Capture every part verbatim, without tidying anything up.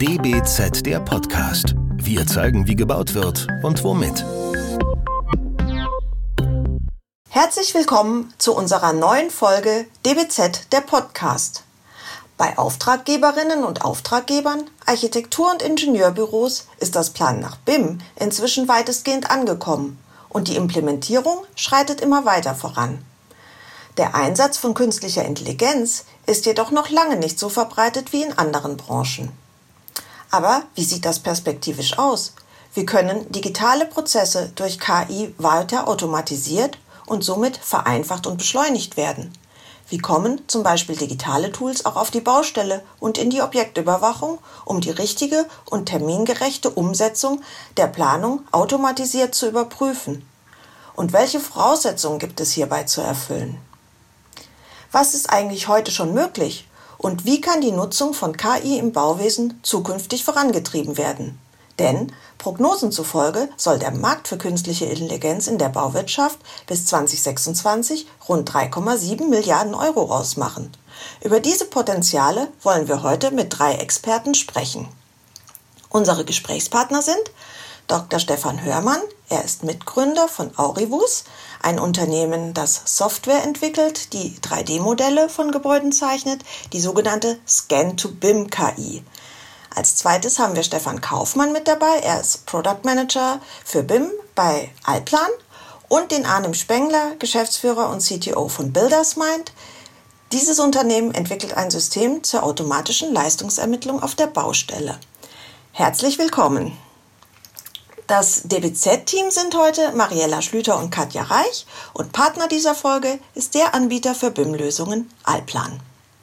D B Z, der Podcast. Wir zeigen, wie gebaut wird und womit. Herzlich willkommen zu unserer neuen Folge D B Z, der Podcast. Bei Auftraggeberinnen und Auftraggebern, Architektur- und Ingenieurbüros ist das Planen nach B I M inzwischen weitestgehend angekommen und die Implementierung schreitet immer weiter voran. Der Einsatz von künstlicher Intelligenz ist jedoch noch lange nicht so verbreitet wie in anderen Branchen. Aber wie sieht das perspektivisch aus? Wie können digitale Prozesse durch K I weiter automatisiert und somit vereinfacht und beschleunigt werden? Wie kommen zum Beispiel digitale Tools auch auf die Baustelle und in die Objektüberwachung, um die richtige und termingerechte Umsetzung der Planung automatisiert zu überprüfen? Und welche Voraussetzungen gibt es hierbei zu erfüllen? Was ist eigentlich heute schon möglich? Und wie kann die Nutzung von K I im Bauwesen zukünftig vorangetrieben werden? Denn Prognosen zufolge soll der Markt für künstliche Intelligenz in der Bauwirtschaft bis zwanzig sechsundzwanzig rund drei Komma sieben Milliarden Euro ausmachen. Über diese Potenziale wollen wir heute mit drei Experten sprechen. Unsere Gesprächspartner sind Doktor Stefan Hörmann. Er ist Mitgründer von Aurivus, ein Unternehmen, das Software entwickelt, die drei D Modelle von Gebäuden zeichnet, die sogenannte Scan-to-B I M-K I. Als zweites haben wir Stefan Kaufmann mit dabei. Er ist Product Manager für B I M bei Allplan. Und den Arnim Spengler, Geschäftsführer und C T O von Buildersmind. Dieses Unternehmen entwickelt ein System zur automatischen Leistungsermittlung auf der Baustelle. Herzlich willkommen. Das D B Z-Team sind heute Mariella Schlüter und Katja Reich und Partner dieser Folge ist der Anbieter für B I M-Lösungen Allplan.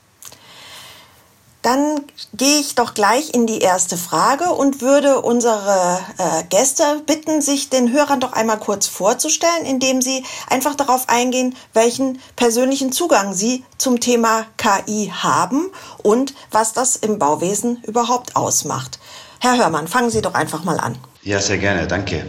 Dann gehe ich doch gleich in die erste Frage und würde unsere äh, Gäste bitten, sich den Hörern doch einmal kurz vorzustellen, indem sie einfach darauf eingehen, welchen persönlichen Zugang sie zum Thema K I haben und was das im Bauwesen überhaupt ausmacht. Herr Hörmann, fangen Sie doch einfach mal an. Ja, sehr gerne, danke.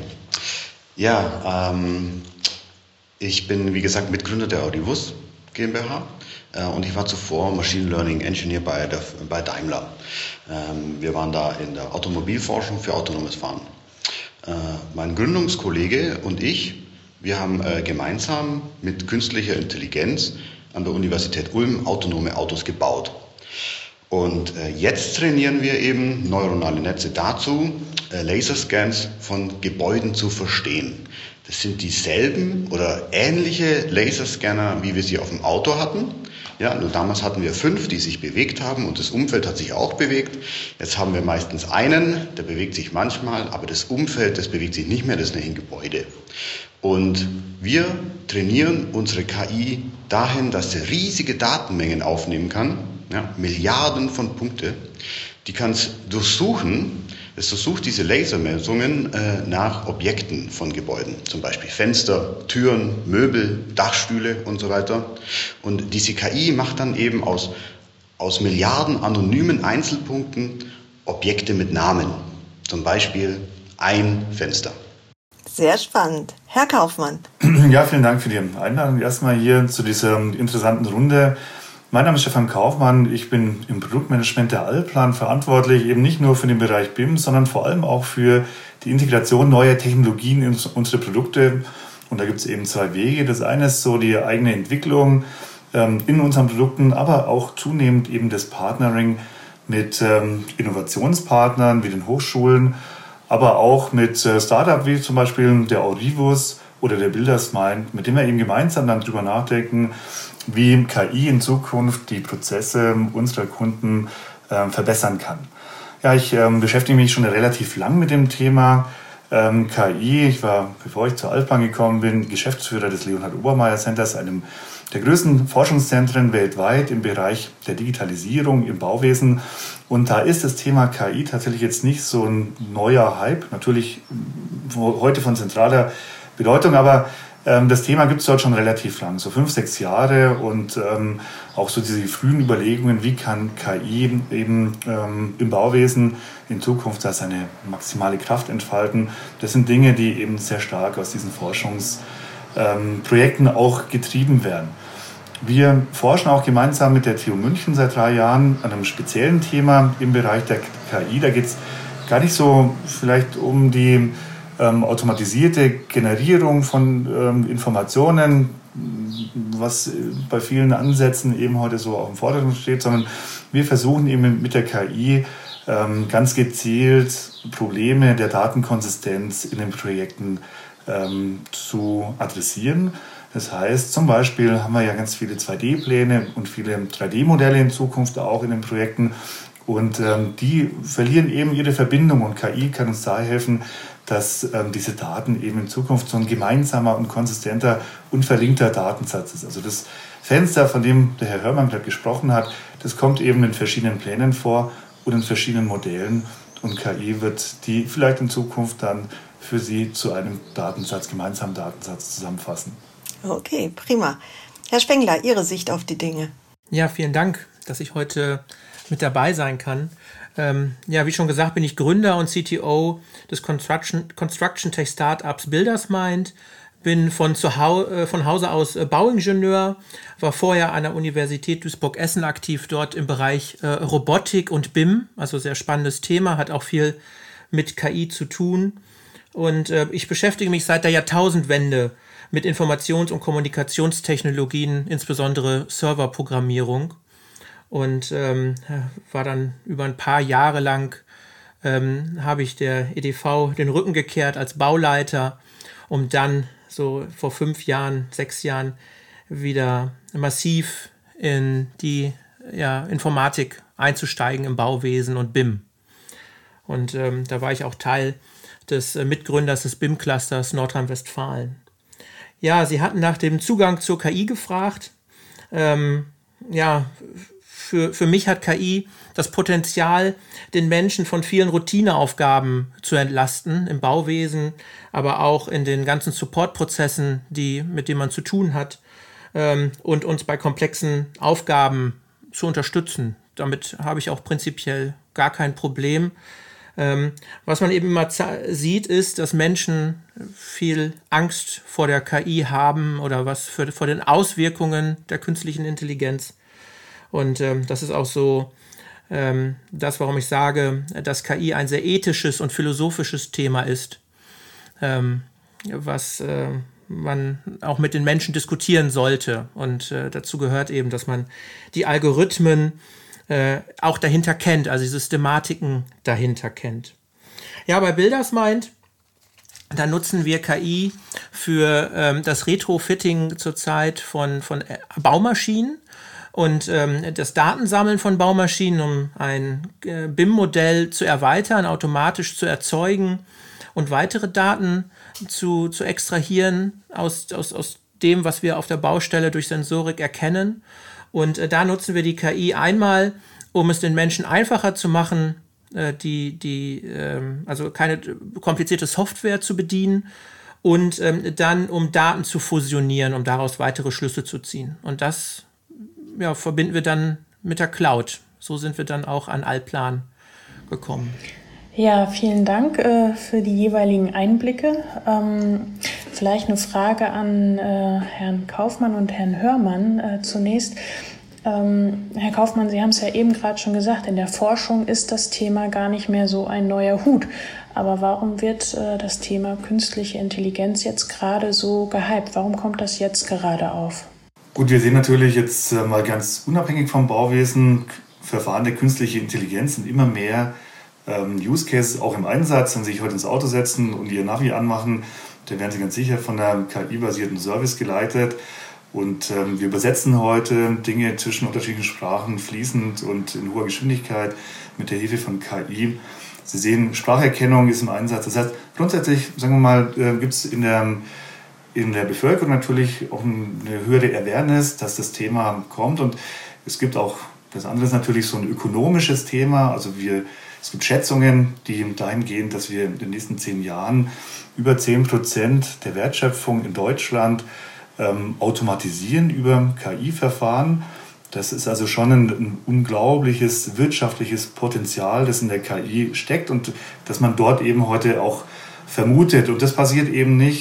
Ja, ähm, ich bin, wie gesagt, Mitgründer der Aurivus GmbH äh, und ich war zuvor Machine Learning Engineer bei, der, bei Daimler. Ähm, wir waren da in der Automobilforschung für autonomes Fahren. Äh, mein Gründungskollege und ich, wir haben äh, gemeinsam mit künstlicher Intelligenz an der Universität Ulm autonome Autos gebaut. Und äh, jetzt trainieren wir eben neuronale Netze dazu, äh, Laserscans von Gebäuden zu verstehen. Das sind dieselben oder ähnliche Laserscanner, wie wir sie auf dem Auto hatten. Ja, nur damals hatten wir fünf, die sich bewegt haben und das Umfeld hat sich auch bewegt. Jetzt haben wir meistens einen, der bewegt sich manchmal, aber das Umfeld, das bewegt sich nicht mehr, das ist nämlich ein Gebäude. Und wir trainieren unsere K I dahin, dass sie riesige Datenmengen aufnehmen kann. Ja, Milliarden von Punkte, die kann es durchsuchen. Es durchsucht diese Lasermessungen äh, nach Objekten von Gebäuden, zum Beispiel Fenster, Türen, Möbel, Dachstühle und so weiter. Und diese K I macht dann eben aus, aus Milliarden anonymen Einzelpunkten Objekte mit Namen, zum Beispiel ein Fenster. Sehr spannend. Herr Kaufmann. Ja, vielen Dank für die Einladung erstmal hier zu dieser interessanten Runde. Mein Name ist Stefan Kaufmann, ich bin im Produktmanagement der Allplan verantwortlich, eben nicht nur für den Bereich B I M, sondern vor allem auch für die Integration neuer Technologien in unsere Produkte. Und da gibt es eben zwei Wege. Das eine ist so die eigene Entwicklung ähm, in unseren Produkten, aber auch zunehmend eben das Partnering mit ähm, Innovationspartnern wie den Hochschulen, aber auch mit äh, Startup wie zum Beispiel der Aurivus oder der Buildersmind, mit dem wir eben gemeinsam dann drüber nachdenken, wie K I in Zukunft die Prozesse unserer Kunden äh, verbessern kann. Ja, ich ähm, beschäftige mich schon relativ lang mit dem Thema ähm, K I. Ich war, bevor ich zur Allplan gekommen bin, Geschäftsführer des Leonhard Obermayr Centers, einem der größten Forschungszentren weltweit im Bereich der Digitalisierung im Bauwesen. Und da ist das Thema K I tatsächlich jetzt nicht so ein neuer Hype, natürlich heute von zentraler Bedeutung, aber ähm, das Thema gibt es dort schon relativ lang, so fünf, sechs Jahre und ähm, auch so diese frühen Überlegungen, wie kann K I eben ähm, im Bauwesen in Zukunft da seine maximale Kraft entfalten. Das sind Dinge, die eben sehr stark aus diesen Forschungsprojekten ähm, auch getrieben werden. Wir forschen auch gemeinsam mit der T U München seit drei Jahren an einem speziellen Thema im Bereich der K I. Da geht es gar nicht so vielleicht um die ähm, automatisierte Generierung von ähm, Informationen, was bei vielen Ansätzen eben heute so auf dem Vordergrund steht, sondern wir versuchen eben mit der K I ähm, ganz gezielt Probleme der Datenkonsistenz in den Projekten ähm, zu adressieren. Das heißt, zum Beispiel haben wir ja ganz viele zwei D Pläne und viele drei D Modelle in Zukunft auch in den Projekten. Und ähm, die verlieren eben ihre Verbindung und K I kann uns da helfen, dass ähm, diese Daten eben in Zukunft so ein gemeinsamer und konsistenter und verlinkter Datensatz ist. Also das Fenster, von dem der Herr Hörmann gerade gesprochen hat, das kommt eben in verschiedenen Plänen vor und in verschiedenen Modellen. Und K I wird die vielleicht in Zukunft dann für Sie zu einem Datensatz, gemeinsamen Datensatz zusammenfassen. Okay, prima. Herr Spengler, Ihre Sicht auf die Dinge. Ja, vielen Dank, dass ich heute mit dabei sein kann. Ähm, ja, wie schon gesagt, bin ich Gründer und C T O des Construction, Construction Tech Startups Buildersmind. Bin von, zu Hau, äh, von Hause aus äh, Bauingenieur, war vorher an der Universität Duisburg-Essen aktiv, dort im Bereich äh, Robotik und B I M, also sehr spannendes Thema, hat auch viel mit K I zu tun. Und äh, ich beschäftige mich seit der Jahrtausendwende mit Informations- und Kommunikationstechnologien, insbesondere Serverprogrammierung. Und ähm, war dann über ein paar Jahre lang, ähm, habe ich der E D V den Rücken gekehrt als Bauleiter, um dann so vor fünf Jahren, sechs Jahren wieder massiv in die ja, Informatik einzusteigen im Bauwesen und B I M. Und ähm, da war ich auch Teil des äh, Mitgründers des B I M-Clusters Nordrhein-Westfalen. Ja, Sie hatten nach dem Zugang zur K I gefragt. Ähm, ja, für, für mich hat K I das Potenzial, den Menschen von vielen Routineaufgaben zu entlasten im Bauwesen, aber auch in den ganzen Supportprozessen, die, mit denen man zu tun hat, ähm, und uns bei komplexen Aufgaben zu unterstützen. Damit habe ich auch prinzipiell gar kein Problem. Ähm, was man eben immer sieht, ist, dass Menschen viel Angst vor der K I haben oder was für, vor den Auswirkungen der künstlichen Intelligenz. Und ähm, das ist auch so ähm, das, warum ich sage, dass K I ein sehr ethisches und philosophisches Thema ist, ähm, was äh, man auch mit den Menschen diskutieren sollte. Und äh, dazu gehört eben, dass man die Algorithmen äh, auch dahinter kennt, also die Systematiken dahinter kennt. Ja, bei Buildersmind, da nutzen wir K I für ähm, das Retrofitting zurzeit von, von Baumaschinen und ähm, das Datensammeln von Baumaschinen, um ein äh, B I M-Modell zu erweitern, automatisch zu erzeugen und weitere Daten zu, zu extrahieren aus, aus, aus dem, was wir auf der Baustelle durch Sensorik erkennen. Und äh, da nutzen wir die K I einmal, um es den Menschen einfacher zu machen, äh, die, die, ähm, also keine komplizierte Software zu bedienen, und ähm, dann, um Daten zu fusionieren, um daraus weitere Schlüsse zu ziehen. Und das ja, verbinden wir dann mit der Cloud. So sind wir dann auch an Allplan gekommen. Ja, vielen Dank äh, für die jeweiligen Einblicke. Ähm, vielleicht eine Frage an äh, Herrn Kaufmann und Herrn Hörmann äh, zunächst. Ähm, Herr Kaufmann, Sie haben es ja eben gerade schon gesagt, in der Forschung ist das Thema gar nicht mehr so ein neuer Hut. Aber warum wird äh, das Thema künstliche Intelligenz jetzt gerade so gehypt? Warum kommt das jetzt gerade auf? Gut, wir sehen natürlich jetzt äh, mal ganz unabhängig vom Bauwesen Verfahren der künstlichen Intelligenz und immer mehr ähm, Use Cases auch im Einsatz. Wenn Sie sich heute ins Auto setzen und Ihr Navi anmachen, dann werden Sie ganz sicher von einem K I-basierten Service geleitet. Und ähm, wir übersetzen heute Dinge zwischen unterschiedlichen Sprachen fließend und in hoher Geschwindigkeit mit der Hilfe von K I. Sie sehen, Spracherkennung ist im Einsatz. Das heißt, grundsätzlich, sagen wir mal, äh, gibt es in der in der Bevölkerung natürlich auch eine höhere Awareness, dass das Thema kommt. Und es gibt auch, das andere ist natürlich so ein ökonomisches Thema. Also wir, es gibt Schätzungen, die dahin gehen, dass wir in den nächsten zehn Jahren über zehn Prozent der Wertschöpfung in Deutschland ähm, automatisieren über K I-Verfahren. Das ist also schon ein, ein unglaubliches wirtschaftliches Potenzial, das in der K I steckt und das man dort eben heute auch vermutet. Und das passiert eben nicht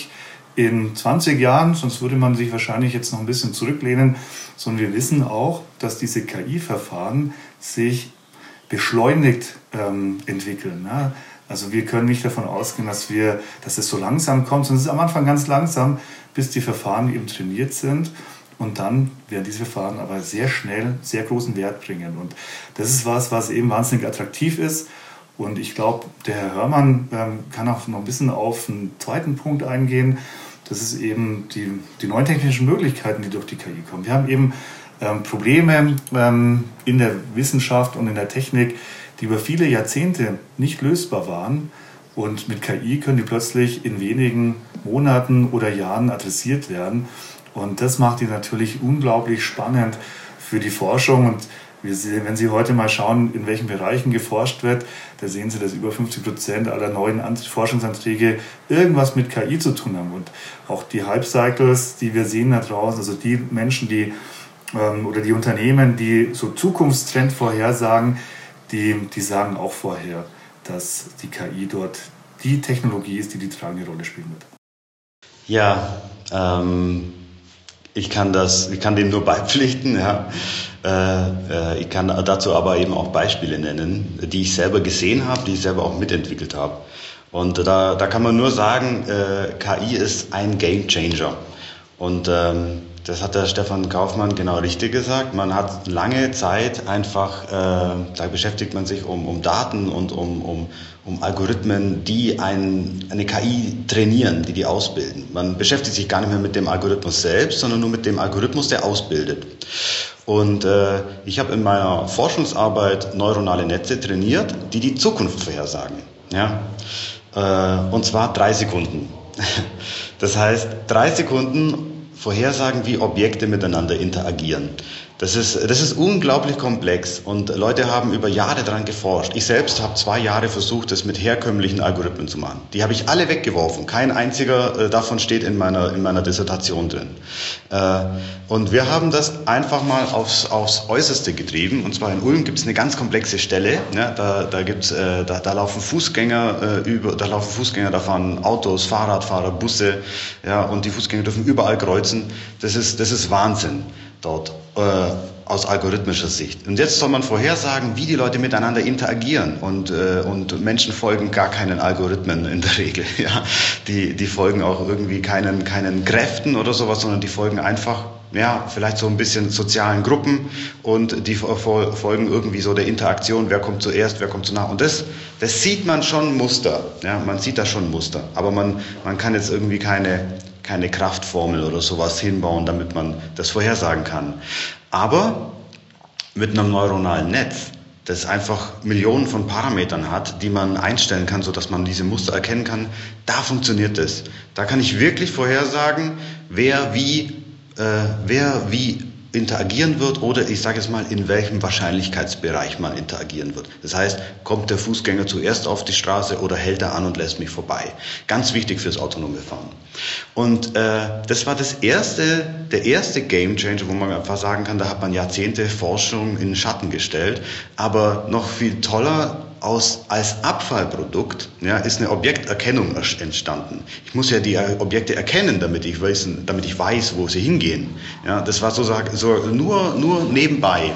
in zwanzig Jahren, sonst würde man sich wahrscheinlich jetzt noch ein bisschen zurücklehnen, sondern wir wissen auch, dass diese K I-Verfahren sich beschleunigt ähm, entwickeln. Ne? Also wir können nicht davon ausgehen, dass wir, dass es so langsam kommt, sondern es ist am Anfang ganz langsam, bis die Verfahren eben trainiert sind. Und dann werden diese Verfahren aber sehr schnell sehr großen Wert bringen. Und das ist was, was eben wahnsinnig attraktiv ist. Und ich glaube, der Herr Hörmann ähm, kann auch noch ein bisschen auf einen zweiten Punkt eingehen. Das ist eben die, die neuen technischen Möglichkeiten, die durch die K I kommen. Wir haben eben ähm, Probleme ähm, in der Wissenschaft und in der Technik, die über viele Jahrzehnte nicht lösbar waren. Und mit K I können die plötzlich in wenigen Monaten oder Jahren adressiert werden. Und das macht die natürlich unglaublich spannend für die Forschung. Und wir sehen, wenn Sie heute mal schauen, in welchen Bereichen geforscht wird, da sehen Sie, dass über fünfzig Prozent aller neuen Forschungsanträge irgendwas mit K I zu tun haben. Und auch die Hype-Cycles, die wir sehen da draußen, also die Menschen, die ähm, oder die Unternehmen, die so Zukunftstrend vorhersagen, die, die sagen auch vorher, dass die K I dort die Technologie ist, die die tragende Rolle spielen wird. Ja, ähm, ich kann das, ich kann dem nur beipflichten. Ja. Äh, äh, ich kann dazu aber eben auch Beispiele nennen, die ich selber gesehen habe, die ich selber auch mitentwickelt habe. Und da, da kann man nur sagen, äh, K I ist ein Game Changer. Und ähm, das hat der Stefan Kaufmann genau richtig gesagt. Man hat lange Zeit einfach, äh, da beschäftigt man sich um, um Daten und um, um, um Algorithmen, die ein, eine K I trainieren, die die ausbilden. Man beschäftigt sich gar nicht mehr mit dem Algorithmus selbst, sondern nur mit dem Algorithmus, der ausbildet. Und äh, ich habe in meiner Forschungsarbeit neuronale Netze trainiert, die die Zukunft vorhersagen. Ja? Äh, und zwar drei Sekunden. Das heißt, drei Sekunden vorhersagen, wie Objekte miteinander interagieren. Das ist, das ist unglaublich komplex und Leute haben über Jahre daran geforscht. Ich selbst habe zwei Jahre versucht, das mit herkömmlichen Algorithmen zu machen. Die habe ich alle weggeworfen. Kein einziger äh, davon steht in meiner, in meiner Dissertation drin. Äh, und wir haben das einfach mal aufs, aufs Äußerste getrieben. Und zwar in Ulm gibt es eine ganz komplexe Stelle. Ja, da, da, gibt's, äh, da, da laufen Fußgänger äh, über, da laufen Fußgänger, da fahren Autos, Fahrradfahrer, Busse. Ja, und die Fußgänger dürfen überall kreuzen. Das ist, das ist Wahnsinn dort. Äh, aus algorithmischer Sicht. Und jetzt soll man vorhersagen, wie die Leute miteinander interagieren. Und, äh, und Menschen folgen gar keinen Algorithmen in der Regel. Ja? Die, die folgen auch irgendwie keinen, keinen Kräften oder sowas, sondern die folgen einfach, ja, vielleicht so ein bisschen sozialen Gruppen und die folgen irgendwie so der Interaktion, wer kommt zuerst, wer kommt zu nah. Und das, das sieht man schon Muster. Ja? Man sieht da schon Muster. Aber man, man kann jetzt irgendwie keine keine Kraftformel oder sowas hinbauen, damit man das vorhersagen kann. Aber mit einem neuronalen Netz, das einfach Millionen von Parametern hat, die man einstellen kann, sodass man diese Muster erkennen kann, da funktioniert es. Da kann ich wirklich vorhersagen, wer wie, äh, wer wie interagieren wird oder ich sage es mal, in welchem Wahrscheinlichkeitsbereich man interagieren wird. Das heißt, kommt der Fußgänger zuerst auf die Straße oder hält er an und lässt mich vorbei. Ganz wichtig fürs autonome Fahren. Und äh, das war das erste, der erste Game Changer, wo man einfach sagen kann, da hat man Jahrzehnte Forschung in den Schatten gestellt. Aber noch viel toller, aus, als Abfallprodukt, ja, ist eine Objekterkennung entstanden. Ich muss ja die Objekte erkennen, damit ich weiß, damit ich weiß, wo sie hingehen. Ja, das war so, so nur, nur nebenbei.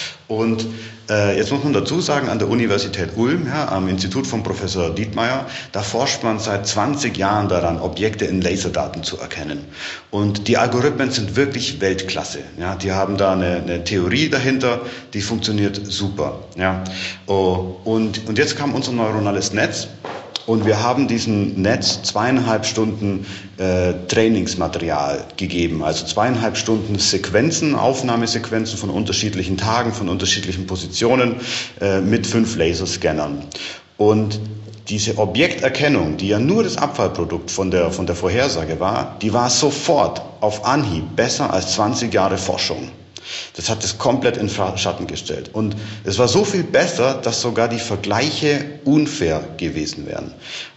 Und äh, jetzt muss man dazu sagen, an der Universität Ulm, ja, am Institut von Professor Dietmeier, da forscht man seit zwanzig Jahren daran, Objekte in Laserdaten zu erkennen. Und die Algorithmen sind wirklich Weltklasse. Ja, die haben da eine, eine Theorie dahinter, die funktioniert super. Ja. Oh, und, und jetzt kam unser neuronales Netz. Und wir haben diesem Netz zweieinhalb Stunden äh, Trainingsmaterial gegeben, also zweieinhalb Stunden Sequenzen, Aufnahmesequenzen von unterschiedlichen Tagen, von unterschiedlichen Positionen äh, mit fünf Laserscannern. Und diese Objekterkennung, die ja nur das Abfallprodukt von der, von der Vorhersage war, die war sofort auf Anhieb besser als zwanzig Jahre Forschung. Das hat es komplett in Schatten gestellt. Und es war so viel besser, dass sogar die Vergleiche unfair gewesen wären.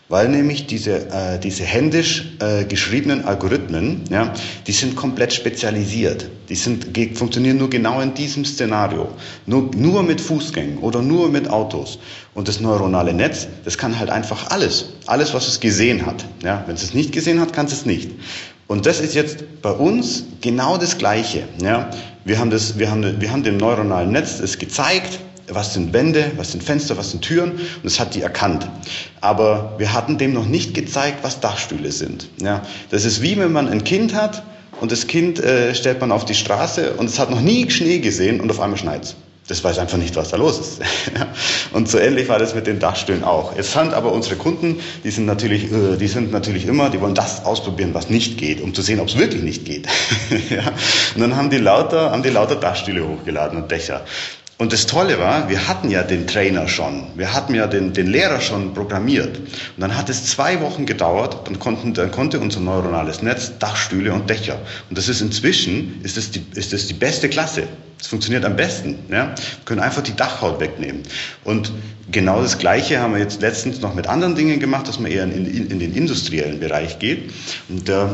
Weil nämlich diese, äh, diese händisch äh, geschriebenen Algorithmen, ja, die sind komplett spezialisiert. Die sind, ge- funktionieren nur genau in diesem Szenario. Nur, nur mit Fußgängern oder nur mit Autos. Und das neuronale Netz, das kann halt einfach alles. Alles, was es gesehen hat. Ja. Wenn es es nicht gesehen hat, kann es es nicht. Und das ist jetzt bei uns genau das Gleiche. Ja. Wir haben das, wir haben, wir haben dem neuronalen Netz es gezeigt, was sind Wände, was sind Fenster, was sind Türen, und es hat die erkannt. Aber wir hatten dem noch nicht gezeigt, was Dachstühle sind. Ja, das ist wie wenn man ein Kind hat und das Kind äh, stellt man auf die Straße und es hat noch nie Schnee gesehen und auf einmal schneit's. Das weiß einfach nicht, was da los ist. Und so ähnlich war das mit den Dachstühlen auch. Jetzt fand aber unsere Kunden, die sind natürlich, äh, die sind natürlich immer, die wollen das ausprobieren, was nicht geht, um zu sehen, ob es wirklich nicht geht. Ja. Und dann haben die lauter, haben die lauter Dachstühle hochgeladen und Dächer. Und das Tolle war, wir hatten ja den Trainer schon, wir hatten ja den, den Lehrer schon programmiert. Und dann hat es zwei Wochen gedauert, dann, konnten, dann konnte unser neuronales Netz Dachstühle und Dächer. Und das ist inzwischen, ist das die, ist das die beste Klasse. Das funktioniert am besten. Ja? Wir können einfach die Dachhaut wegnehmen. Und genau das Gleiche haben wir jetzt letztens noch mit anderen Dingen gemacht, dass man eher in, in, in den industriellen Bereich geht. Und äh,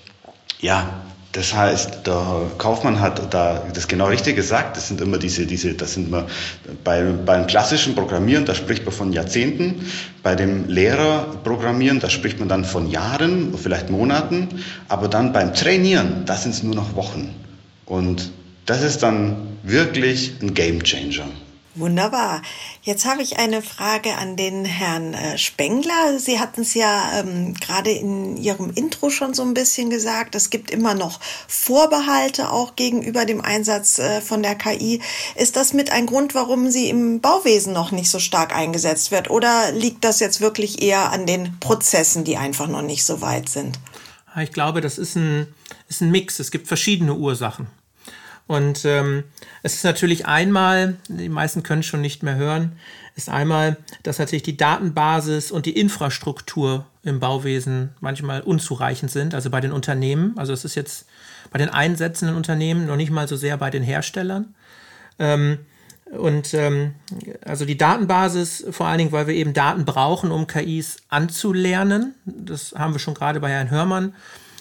ja, das heißt, der Kaufmann hat da das genau richtig gesagt. Das sind immer diese, diese, das sind immer bei, beim klassischen Programmieren, da spricht man von Jahrzehnten. Bei dem Lehrerprogrammieren, da spricht man dann von Jahren, vielleicht Monaten. Aber dann beim Trainieren, da sind es nur noch Wochen. Und das ist dann wirklich ein Gamechanger. Wunderbar. Jetzt habe ich eine Frage an den Herrn Spengler. Sie hatten es ja ähm, gerade in Ihrem Intro schon so ein bisschen gesagt. Es gibt immer noch Vorbehalte auch gegenüber dem Einsatz äh, von der K I. Ist das mit ein Grund, warum sie im Bauwesen noch nicht so stark eingesetzt wird? Oder liegt das jetzt wirklich eher an den Prozessen, die einfach noch nicht so weit sind? Ich glaube, das ist ein, ist ein Mix. Es gibt verschiedene Ursachen. Und ähm, es ist natürlich einmal, die meisten können schon nicht mehr hören, ist einmal, dass natürlich die Datenbasis und die Infrastruktur im Bauwesen manchmal unzureichend sind, also bei den Unternehmen. Also es ist jetzt bei den einsetzenden Unternehmen noch nicht mal so sehr bei den Herstellern. Ähm, und ähm, also die Datenbasis, vor allen Dingen, weil wir eben Daten brauchen, um K Is anzulernen. Das haben wir schon gerade bei Herrn Hörmann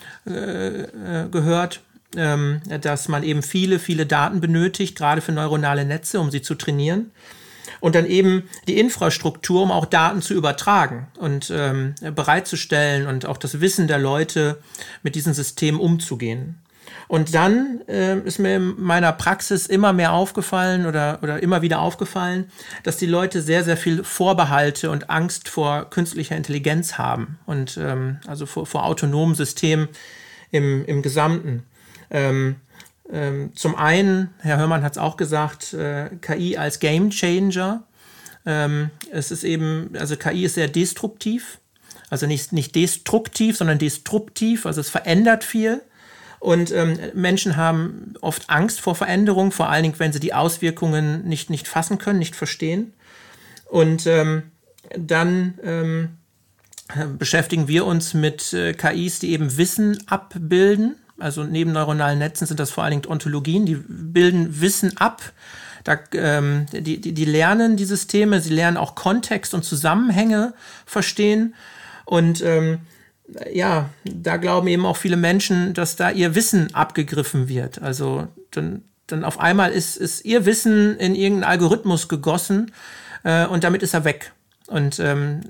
äh, äh, gehört. Dass man eben viele, viele Daten benötigt, gerade für neuronale Netze, um sie zu trainieren. Und dann eben die Infrastruktur, um auch Daten zu übertragen und ähm, bereitzustellen und auch das Wissen der Leute mit diesen Systemen umzugehen. Und dann äh, ist mir in meiner Praxis immer mehr aufgefallen oder, oder immer wieder aufgefallen, dass die Leute sehr, sehr viel Vorbehalte und Angst vor künstlicher Intelligenz haben und ähm, also vor, vor autonomen Systemen im, im Gesamten. Ähm, ähm, zum einen, Herr Hörmann hat es auch gesagt, äh, K I als Gamechanger. Ähm, es ist eben, also K I ist sehr destruktiv, also nicht, nicht destruktiv, sondern destruktiv, also es verändert viel. Und ähm, Menschen haben oft Angst vor Veränderung, vor allen Dingen, wenn sie die Auswirkungen nicht, nicht fassen können, nicht verstehen. Und ähm, dann ähm, beschäftigen wir uns mit äh, K Is, die eben Wissen abbilden. Also neben neuronalen Netzen sind das vor allen Dingen Ontologien, die bilden Wissen ab. Da, ähm, die, die, die lernen die Systeme, sie lernen auch Kontext und Zusammenhänge verstehen. Und ähm, ja, da glauben eben auch viele Menschen, dass da ihr Wissen abgegriffen wird. Also dann, dann auf einmal ist, ist ihr Wissen in irgendeinen Algorithmus gegossen äh, und damit ist er weg. Und ähm,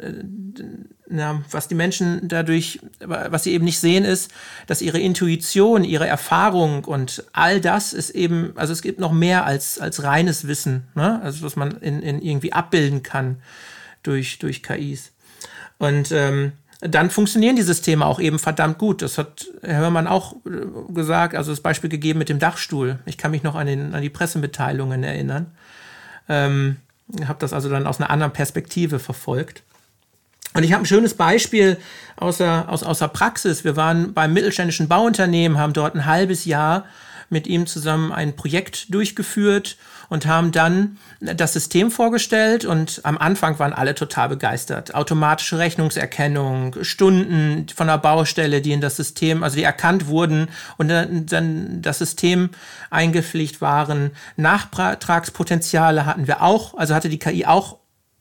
na, was die Menschen dadurch, was sie eben nicht sehen, ist, dass ihre Intuition, ihre Erfahrung und all das ist eben, also es gibt noch mehr als, als reines Wissen, ne? Also was man in, in irgendwie abbilden kann durch, durch K Is. Und ähm, dann funktionieren die Systeme auch eben verdammt gut. Das hat Herr Hörmann auch gesagt, also das Beispiel gegeben mit dem Dachstuhl. Ich kann mich noch an, den, an die Pressemitteilungen erinnern. Ähm, habe das also dann aus einer anderen Perspektive verfolgt. Und ich habe ein schönes Beispiel aus der, aus, aus der Praxis. Wir waren beim mittelständischen Bauunternehmen, haben dort ein halbes Jahr mit ihm zusammen ein Projekt durchgeführt und haben dann das System vorgestellt und am Anfang waren alle total begeistert. Automatische Rechnungserkennung, Stunden von der Baustelle, die in das System, also die erkannt wurden und dann, dann das System eingepflegt waren. Nachtragspotenziale hatten wir auch, also hatte die K I auch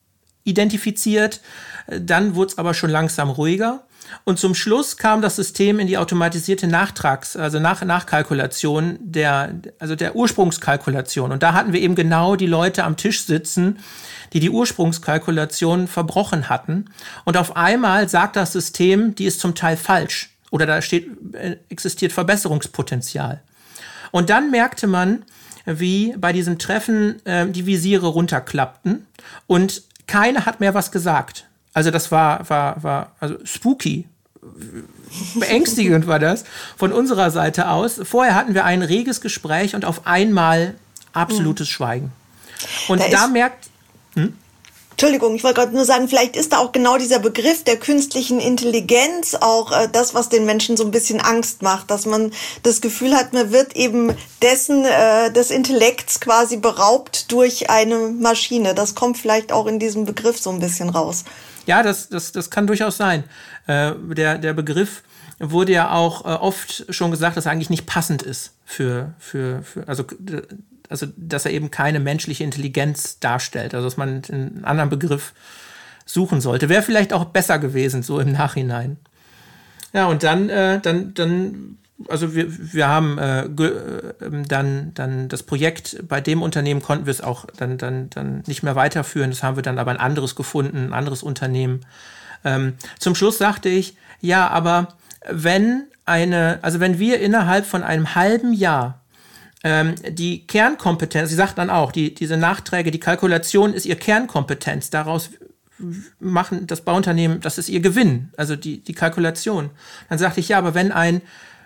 identifiziert. Dann wurde es aber schon langsam ruhiger. Und zum Schluss kam das System in die automatisierte Nachtrags-, also Nach- Nachkalkulation, der, also der Ursprungskalkulation. Und da hatten wir eben genau die Leute am Tisch sitzen, die die Ursprungskalkulation verbrochen hatten. Und auf einmal sagt das System, die ist zum Teil falsch. Oder da steht, existiert Verbesserungspotenzial. Und dann merkte man, wie bei diesem Treffen äh, die Visiere runterklappten und keiner hat mehr was gesagt. Also das war, war, war also spooky, beängstigend war das von unserer Seite aus. Vorher hatten wir ein reges Gespräch und auf einmal absolutes mhm. Schweigen. Und da, da merkt... Hm? Entschuldigung, ich wollte gerade nur sagen, vielleicht ist da auch genau dieser Begriff der künstlichen Intelligenz auch äh, das, was den Menschen so ein bisschen Angst macht, dass man das Gefühl hat, man wird eben dessen, äh, des Intellekts quasi beraubt durch eine Maschine. Das kommt vielleicht auch in diesem Begriff so ein bisschen raus. Ja, das, das, das kann durchaus sein. Äh, der, der Begriff wurde ja auch äh, oft schon gesagt, dass er eigentlich nicht passend ist für, für, für also Also, dass er eben keine menschliche Intelligenz darstellt. Also, dass man einen anderen Begriff suchen sollte. Wäre vielleicht auch besser gewesen, so im Nachhinein. Ja, und dann, äh, dann, dann, also wir, wir haben äh, ge, äh, dann, dann das Projekt, bei dem Unternehmen konnten wir es auch dann, dann, dann nicht mehr weiterführen. Das haben wir dann aber ein anderes gefunden, ein anderes Unternehmen. Ähm, zum Schluss sagte ich, ja, aber wenn eine, also wenn wir innerhalb von einem halben Jahr die Kernkompetenz, sie sagt dann auch, die, diese Nachträge, die Kalkulation ist ihr Kernkompetenz, daraus machen das Bauunternehmen, das ist ihr Gewinn, also die, die Kalkulation. Dann sagte ich, ja, aber wenn ein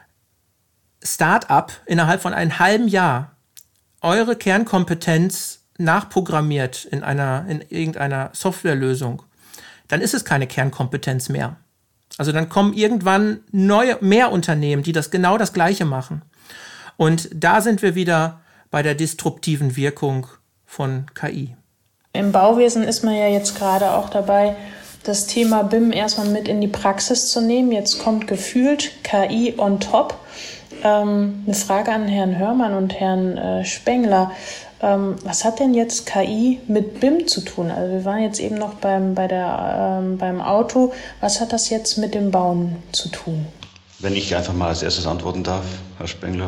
Start-up innerhalb von einem halben Jahr eure Kernkompetenz nachprogrammiert in einer, in irgendeiner Softwarelösung, dann ist es keine Kernkompetenz mehr. Also dann kommen irgendwann neue, mehr Unternehmen, die das genau das Gleiche machen. Und da sind wir wieder bei der disruptiven Wirkung von K I. Im Bauwesen ist man ja jetzt gerade auch dabei, das Thema B I M erstmal mit in die Praxis zu nehmen. Jetzt kommt gefühlt K I on top. Ähm, eine Frage an Herrn Hörmann und Herrn äh, Spengler. Ähm, was hat denn jetzt K I mit B I M zu tun? Also wir waren jetzt eben noch beim, bei der, ähm, beim Auto. Was hat das jetzt mit dem Bauen zu tun? Wenn ich einfach mal als erstes antworten darf, Herr Spengler.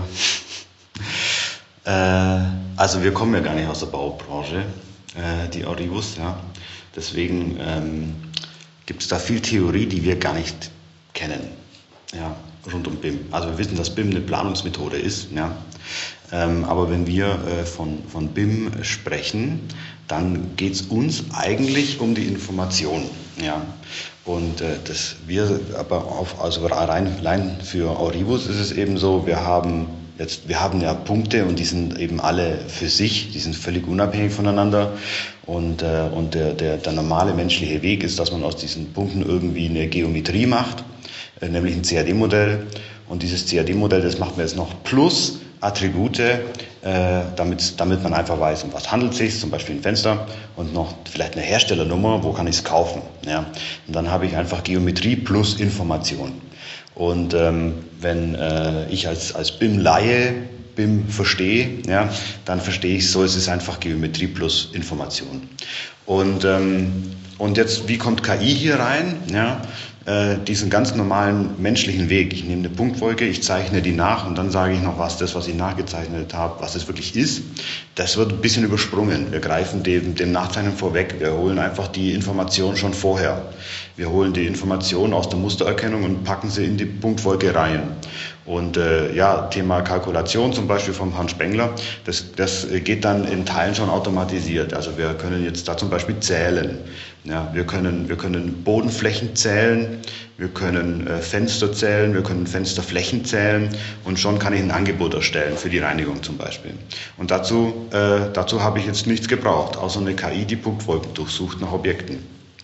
äh, also wir kommen ja gar nicht aus der Baubranche, äh, die Aurivus, ja. Deswegen ähm, gibt es da viel Theorie, die wir gar nicht kennen, ja, rund um B I M. Also wir wissen, dass B I M eine Planungsmethode ist, ja. Ähm, aber wenn wir äh, von, von B I M sprechen, dann geht es uns eigentlich um die Information, ja. Und äh, das wir aber auf, also rein, rein für Aurivus ist es eben so, wir haben jetzt, wir haben ja Punkte und die sind eben alle für sich, die sind völlig unabhängig voneinander. Und, äh, und der, der, der normale menschliche Weg ist, dass man aus diesen Punkten irgendwie eine Geometrie macht, äh, nämlich ein C A D-Modell. Und dieses C A D-Modell, das macht man jetzt noch plus Attribute, äh, damit, damit man einfach weiß, um was handelt es sich, zum Beispiel ein Fenster und noch vielleicht eine Herstellernummer, wo kann ich es kaufen. Ja? Und dann habe ich einfach Geometrie plus Information. Und ähm, wenn äh, ich als, als B I M-Laie B I M verstehe, ja, dann verstehe ich so, es ist einfach Geometrie plus Information. Und, ähm, und jetzt, wie kommt K I hier rein? Ja? Äh, diesen ganz normalen menschlichen Weg. Ich nehme eine Punktwolke, ich zeichne die nach und dann sage ich noch, was das, was ich nachgezeichnet habe, was es wirklich ist. Das wird ein bisschen übersprungen. Wir greifen dem, dem Nachzeichnen vorweg. Wir holen einfach die Information schon vorher. Wir holen die Information aus der Mustererkennung und packen sie in die Punktwolke rein. Und äh, ja, Thema Kalkulation zum Beispiel vom Herrn Spengler, das, das geht dann in Teilen schon automatisiert. Also wir können jetzt da zum Beispiel zählen. Ja, wir können, wir können Bodenflächen zählen, wir können äh, Fenster zählen, wir können Fensterflächen zählen und schon kann ich ein Angebot erstellen für die Reinigung zum Beispiel. Und dazu, äh, dazu habe ich jetzt nichts gebraucht, außer eine K I, die Punktwolken durchsucht nach Objekten.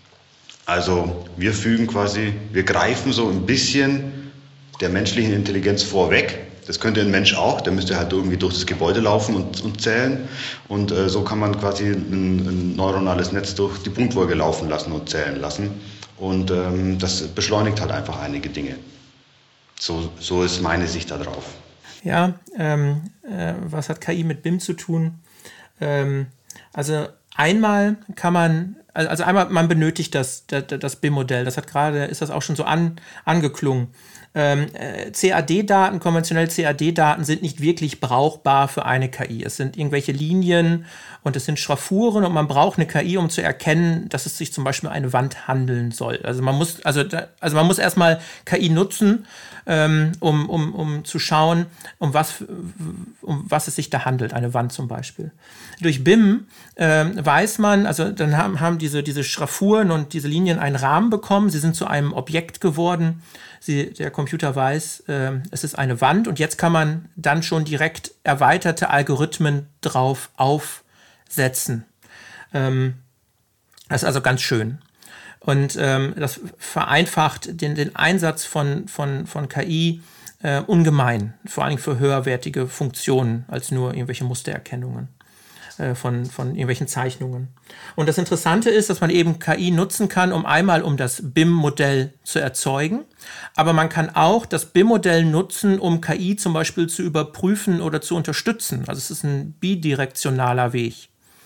Also wir fügen quasi, wir greifen so ein bisschen der menschlichen Intelligenz vorweg. Das könnte ein Mensch auch, der müsste halt irgendwie durch das Gebäude laufen und, und zählen. Und äh, so kann man quasi ein, ein neuronales Netz durch die Punktwolke laufen lassen und zählen lassen. Und ähm, das beschleunigt halt einfach einige Dinge. So, so ist meine Sicht da drauf. Ja, ähm, äh, was hat K I mit B I M zu tun? Ähm, also einmal kann man also einmal, man benötigt das, das, das B I M-Modell. Das hat gerade, ist das auch schon so an, angeklungen. Ähm, äh, C A D-Daten, konventionelle C A D-Daten sind nicht wirklich brauchbar für eine K I. Es sind irgendwelche Linien und es sind Schraffuren und man braucht eine K I, um zu erkennen, dass es sich zum Beispiel um eine Wand handeln soll. Also man muss, also, also man muss erstmal K I nutzen, ähm, um, um, um zu schauen, um was, um was es sich da handelt, eine Wand zum Beispiel. Durch B I M äh, weiß man, also dann haben, haben diese, diese Schraffuren und diese Linien einen Rahmen bekommen, sie sind zu einem Objekt geworden. Sie, der Computer weiß, äh, es ist eine Wand und jetzt kann man dann schon direkt erweiterte Algorithmen drauf aufsetzen. Ähm, das ist also ganz schön. Und ähm, das vereinfacht den, den Einsatz von, von, von K I äh, ungemein, vor allem für höherwertige Funktionen als nur irgendwelche Mustererkennungen von, von irgendwelchen Zeichnungen. Und das Interessante ist, dass man eben K I nutzen kann, um einmal um das B I M-Modell zu erzeugen, aber man kann auch das B I M-Modell nutzen, um K I zum Beispiel zu überprüfen oder zu unterstützen. Also es ist ein bidirektionaler Weg.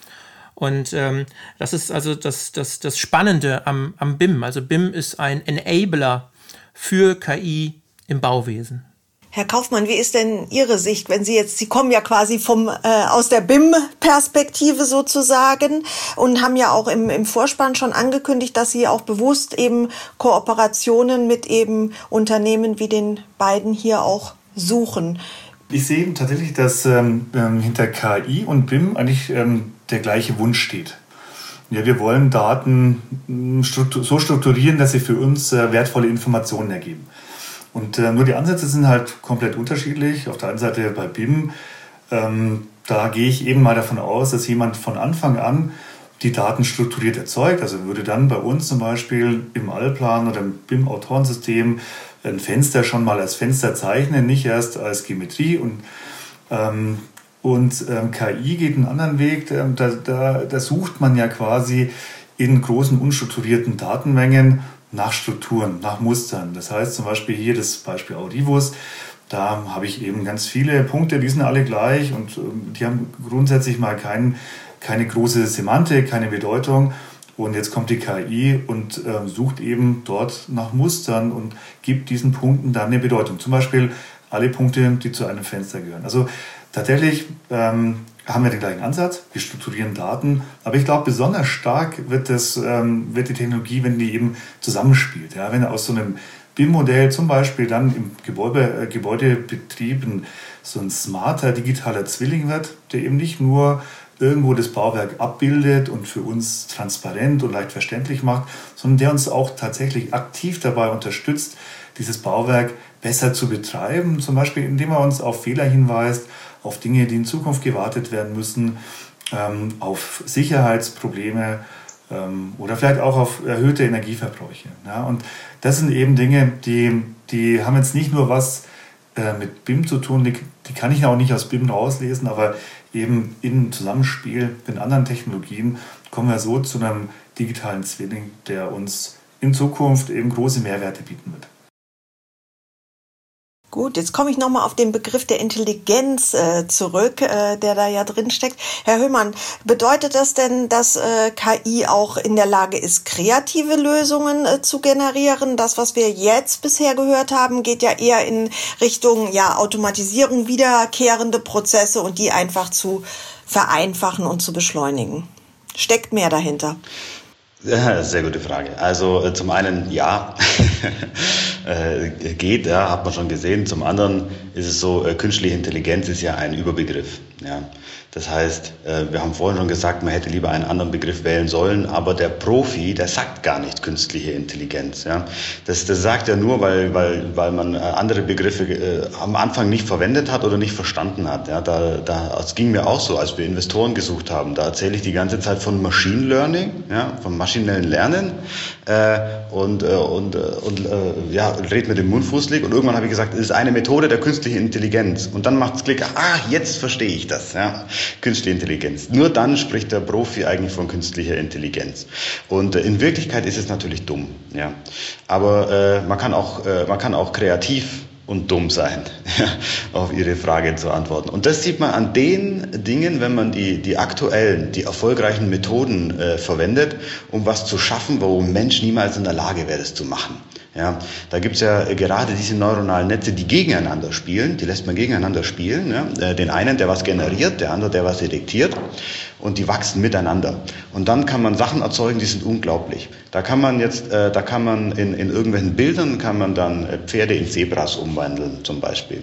Und ähm, das ist also das, das, das Spannende am, am B I M. Also B I M ist ein Enabler für K I im Bauwesen. Herr Kaufmann, wie ist denn Ihre Sicht, wenn Sie jetzt, Sie kommen ja quasi vom, äh, aus der B I M-Perspektive sozusagen und haben ja auch im, im Vorspann schon angekündigt, dass Sie auch bewusst eben Kooperationen mit eben Unternehmen wie den beiden hier auch suchen. Ich sehe tatsächlich, dass ähm, hinter K I und B I M eigentlich ähm, der gleiche Wunsch steht. Ja, wir wollen Daten struktur- so strukturieren, dass sie für uns äh, wertvolle Informationen ergeben. Und äh, nur die Ansätze sind halt komplett unterschiedlich. Auf der einen Seite bei B I M, ähm, da gehe ich eben mal davon aus, dass jemand von Anfang an die Daten strukturiert erzeugt. Also würde dann bei uns zum Beispiel im Allplan oder im B I M-Autorensystem ein Fenster schon mal als Fenster zeichnen, nicht erst als Geometrie. Und, ähm, und ähm, K I geht einen anderen Weg. Da, da, da sucht man ja quasi in großen, unstrukturierten Datenmengen nach Strukturen, nach Mustern. Das heißt zum Beispiel hier das Beispiel Audivus, da habe ich eben ganz viele Punkte, die sind alle gleich und die haben grundsätzlich mal kein, keine große Semantik, keine Bedeutung. Und jetzt kommt die K I und äh, sucht eben dort nach Mustern und gibt diesen Punkten dann eine Bedeutung. Zum Beispiel alle Punkte, die zu einem Fenster gehören. Also tatsächlich ähm, haben wir den gleichen Ansatz, wir strukturieren Daten, aber ich glaube, besonders stark wird, das, ähm, wird die Technologie, wenn die eben zusammenspielt. Ja? Wenn aus so einem B I M-Modell zum Beispiel dann im Gebäude, äh, Gebäudebetrieb ein, so ein smarter digitaler Zwilling wird, der eben nicht nur irgendwo das Bauwerk abbildet und für uns transparent und leicht verständlich macht, sondern der uns auch tatsächlich aktiv dabei unterstützt, dieses Bauwerk besser zu betreiben, zum Beispiel indem er uns auf Fehler hinweist, auf Dinge, die in Zukunft gewartet werden müssen, ähm, auf Sicherheitsprobleme ähm, oder vielleicht auch auf erhöhte Energieverbräuche. Ja? Und das sind eben Dinge, die, die haben jetzt nicht nur was äh, mit B I M zu tun, die, die kann ich auch nicht aus B I M rauslesen, aber eben im Zusammenspiel mit anderen Technologien kommen wir so zu einem digitalen Zwilling, der uns in Zukunft eben große Mehrwerte bieten wird. Gut, jetzt komme ich nochmal auf den Begriff der Intelligenz äh, zurück, äh, der da ja drin steckt. Herr Höhmann, bedeutet das denn, dass äh, K I auch in der Lage ist, kreative Lösungen äh, zu generieren? Das, was wir jetzt bisher gehört haben, geht ja eher in Richtung ja, Automatisierung, wiederkehrende Prozesse und die einfach zu vereinfachen und zu beschleunigen. Steckt mehr dahinter? Ja, sehr gute Frage. Also äh, zum einen ja, äh, geht, ja, hat man schon gesehen. Zum anderen ist es so, äh, künstliche Intelligenz ist ja ein Überbegriff. Ja. Das heißt, äh, wir haben vorhin schon gesagt, man hätte lieber einen anderen Begriff wählen sollen, aber der Profi, der sagt gar nicht künstliche Intelligenz. Ja. Das, das sagt er nur, weil, weil, weil man äh, andere Begriffe äh, am Anfang nicht verwendet hat oder nicht verstanden hat. Ja. Da, da, das ging mir auch so, als wir Investoren gesucht haben. Da erzähle ich die ganze Zeit von Machine Learning, ja, von maschinellen Lernen äh, und, äh, und, äh, und äh, ja, red mit dem Mund fußlich. Und irgendwann habe ich gesagt, es ist eine Methode der künstlichen Intelligenz. Und dann macht es Klick, ah, jetzt verstehe ich das. Ja. Künstliche Intelligenz. Nur dann spricht der Profi eigentlich von künstlicher Intelligenz. Und äh, in Wirklichkeit ist es natürlich dumm. Ja. Aber äh, man kann auch, äh, man kann auch kreativ und dumm sein, auf Ihre Frage zu antworten. Und das sieht man an den Dingen, wenn man die, die aktuellen, die erfolgreichen Methoden äh, verwendet, um was zu schaffen, wo ein Mensch niemals in der Lage wäre, das zu machen. Ja, da gibt's ja gerade diese neuronalen Netze, die gegeneinander spielen, die lässt man gegeneinander spielen. Ja? Den einen, der was generiert, der andere, der was detektiert, und die wachsen miteinander. Und dann kann man Sachen erzeugen, die sind unglaublich. Da kann man jetzt, äh, da kann man in, in irgendwelchen Bildern, kann man dann Pferde in Zebras umwandeln zum Beispiel.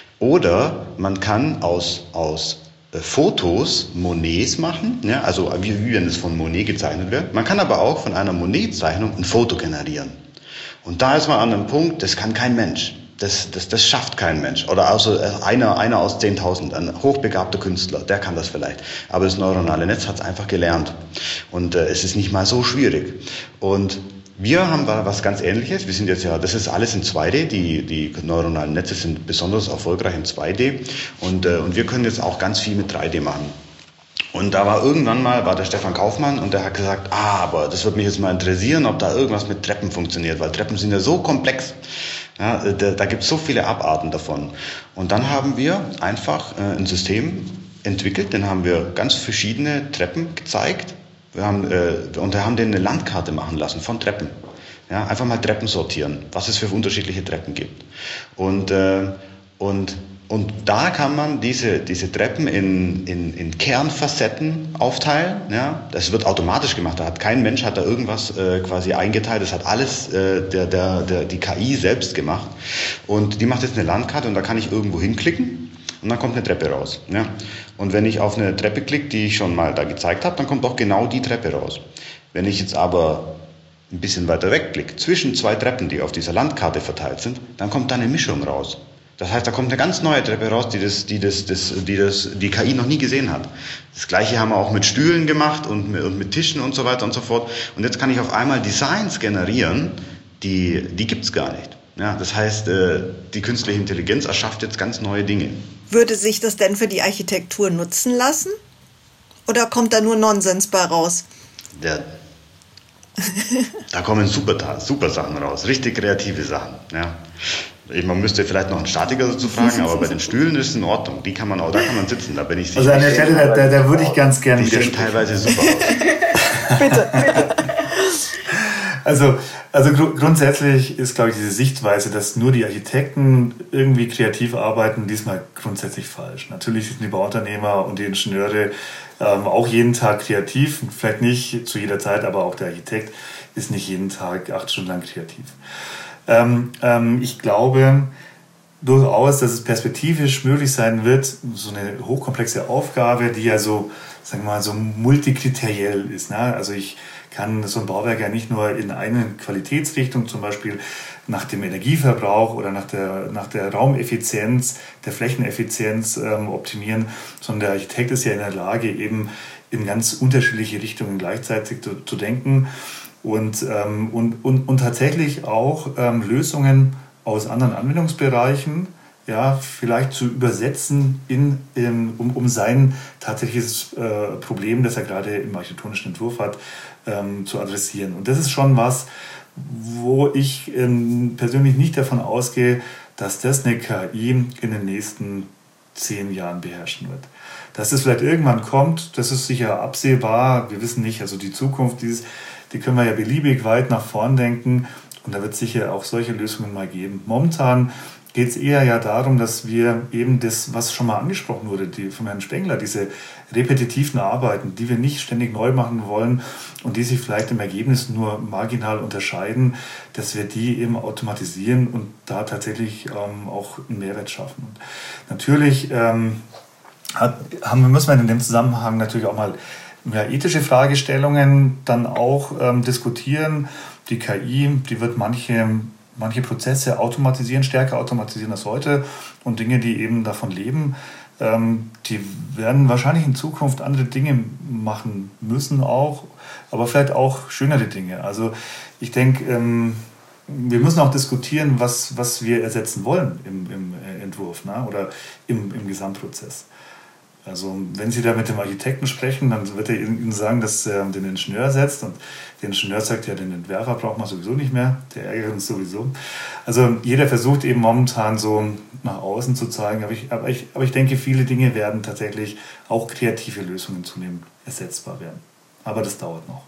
Oder man kann aus, aus Fotos Monets machen, ja, also wie, wie wenn es von Monet gezeichnet wird. Man kann aber auch von einer Monet-Zeichnung ein Foto generieren. Und da ist man an einem Punkt, das kann kein Mensch. Das, das, das schafft kein Mensch. Oder außer einer, einer aus zehntausend, ein hochbegabter Künstler, der kann das vielleicht. Aber das neuronale Netz hat es einfach gelernt. Und äh, es ist nicht mal so schwierig. Und wir haben da was ganz Ähnliches. Wir sind jetzt ja, das ist alles in zwei D. Die, die neuronalen Netze sind besonders erfolgreich in zwei D. Und, äh, und wir können jetzt auch ganz viel mit drei D machen. Und da war irgendwann mal, war der Stefan Kaufmann und der hat gesagt, ah, aber das würde mich jetzt mal interessieren, ob da irgendwas mit Treppen funktioniert, weil Treppen sind ja so komplex. Ja, da da gibt es so viele Abarten davon. Und dann haben wir einfach äh, ein System entwickelt, dann haben wir ganz verschiedene Treppen gezeigt. Wir haben, äh, und wir haben denen eine Landkarte machen lassen von Treppen. Ja, einfach mal Treppen sortieren, was es für unterschiedliche Treppen gibt. Und, äh, und Und da kann man diese, diese Treppen in, in, in Kernfacetten aufteilen. Ja? Das wird automatisch gemacht. Da hat kein Mensch hat da irgendwas äh, quasi eingeteilt. Das hat alles äh, der, der, der, die K I selbst gemacht. Und die macht jetzt eine Landkarte und da kann ich irgendwo hinklicken und dann kommt eine Treppe raus. Ja? Und wenn ich auf eine Treppe klicke, die ich schon mal da gezeigt habe, dann kommt auch genau die Treppe raus. Wenn ich jetzt aber ein bisschen weiter weg klicke, zwischen zwei Treppen, die auf dieser Landkarte verteilt sind, dann kommt da eine Mischung raus. Das heißt, da kommt eine ganz neue Treppe raus, die, das, die, das, das, die das, die K I noch nie gesehen hat. Das Gleiche haben wir auch mit Stühlen gemacht und mit, und mit Tischen und so weiter und so fort. Und jetzt kann ich auf einmal Designs generieren, die, die gibt's gar nicht. Ja, das heißt, die künstliche Intelligenz erschafft jetzt ganz neue Dinge. Würde sich das denn für die Architektur nutzen lassen? Oder kommt da nur Nonsens bei raus? Ja, da kommen super, super Sachen raus, richtig kreative Sachen. Ja. Man müsste vielleicht noch einen Statiker dazu fragen, aber bei den Stühlen ist es in Ordnung. Die kann man auch, da kann man sitzen, da bin ich sicher. Also an der Stelle, da, da, da würde ich ganz gerne Die sehen teilweise super aus. Bitte, bitte. Also, also gru- grundsätzlich ist, glaube ich, diese Sichtweise, dass nur die Architekten irgendwie kreativ arbeiten, diesmal grundsätzlich falsch. Natürlich sind die Bauunternehmer und die Ingenieure ähm, auch jeden Tag kreativ, vielleicht nicht zu jeder Zeit, aber auch der Architekt ist nicht jeden Tag acht Stunden lang kreativ. Ähm, ähm, ich glaube durchaus, dass es perspektivisch möglich sein wird, so eine hochkomplexe Aufgabe, die ja so, sagen wir mal, so multikriteriell ist. Ne? Also ich kann so ein Bauwerk ja nicht nur in eine Qualitätsrichtung, zum Beispiel nach dem Energieverbrauch oder nach der, nach der Raumeffizienz, der Flächeneffizienz ähm, optimieren, sondern der Architekt ist ja in der Lage, eben in ganz unterschiedliche Richtungen gleichzeitig zu, zu denken. Und, ähm, und, und, und tatsächlich auch ähm, Lösungen aus anderen Anwendungsbereichen ja, vielleicht zu übersetzen, in, in, um, um sein tatsächliches äh, Problem, das er gerade im architektonischen Entwurf hat, ähm, zu adressieren. Und das ist schon was, wo ich ähm, persönlich nicht davon ausgehe, dass das eine K I in den nächsten zehn Jahren beherrschen wird. Dass es vielleicht irgendwann kommt, das ist sicher absehbar. Wir wissen nicht, also die Zukunft, dieses Die können wir ja beliebig weit nach vorn denken und da wird es sicher auch solche Lösungen mal geben. Momentan geht es eher ja darum, dass wir eben das, was schon mal angesprochen wurde, die, von Herrn Spengler, diese repetitiven Arbeiten, die wir nicht ständig neu machen wollen und die sich vielleicht im Ergebnis nur marginal unterscheiden, dass wir die eben automatisieren und da tatsächlich ähm, auch einen Mehrwert schaffen. Und natürlich ähm, hat, haben, müssen wir in dem Zusammenhang natürlich auch mal ja, ethische Fragestellungen dann auch ähm, diskutieren. Die K I, die wird manche, manche Prozesse automatisieren, stärker automatisieren als heute und Dinge, die eben davon leben, ähm, die werden wahrscheinlich in Zukunft andere Dinge machen müssen auch, aber vielleicht auch schönere Dinge. Also ich denke, ähm, wir müssen auch diskutieren, was, was wir ersetzen wollen im, im Entwurf, ne? Oder im, im Gesamtprozess. Also wenn Sie da mit dem Architekten sprechen, dann wird er Ihnen sagen, dass er den Ingenieur ersetzt und der Ingenieur sagt, ja, den Entwerfer braucht man sowieso nicht mehr, der ärgert uns sowieso. Also jeder versucht eben momentan so nach außen zu zeigen, aber ich, aber ich, aber ich denke, viele Dinge werden tatsächlich auch kreative Lösungen zunehmend ersetzbar werden. Aber das dauert noch.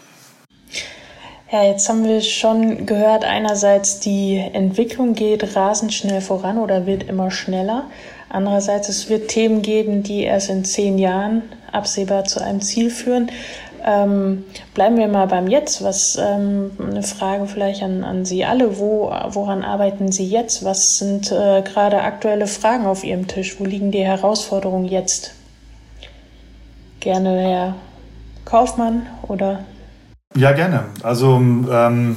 Ja, jetzt haben wir schon gehört, einerseits die Entwicklung geht rasend schnell voran oder wird immer schneller. Andererseits, es wird Themen geben, die erst in zehn Jahren absehbar zu einem Ziel führen. Ähm, bleiben wir mal beim Jetzt. Was ähm, eine Frage vielleicht an, an Sie alle. Wo, woran arbeiten Sie jetzt? Was sind äh, gerade aktuelle Fragen auf Ihrem Tisch? Wo liegen die Herausforderungen jetzt? Gerne Herr Kaufmann oder... Ja, gerne. Also ähm,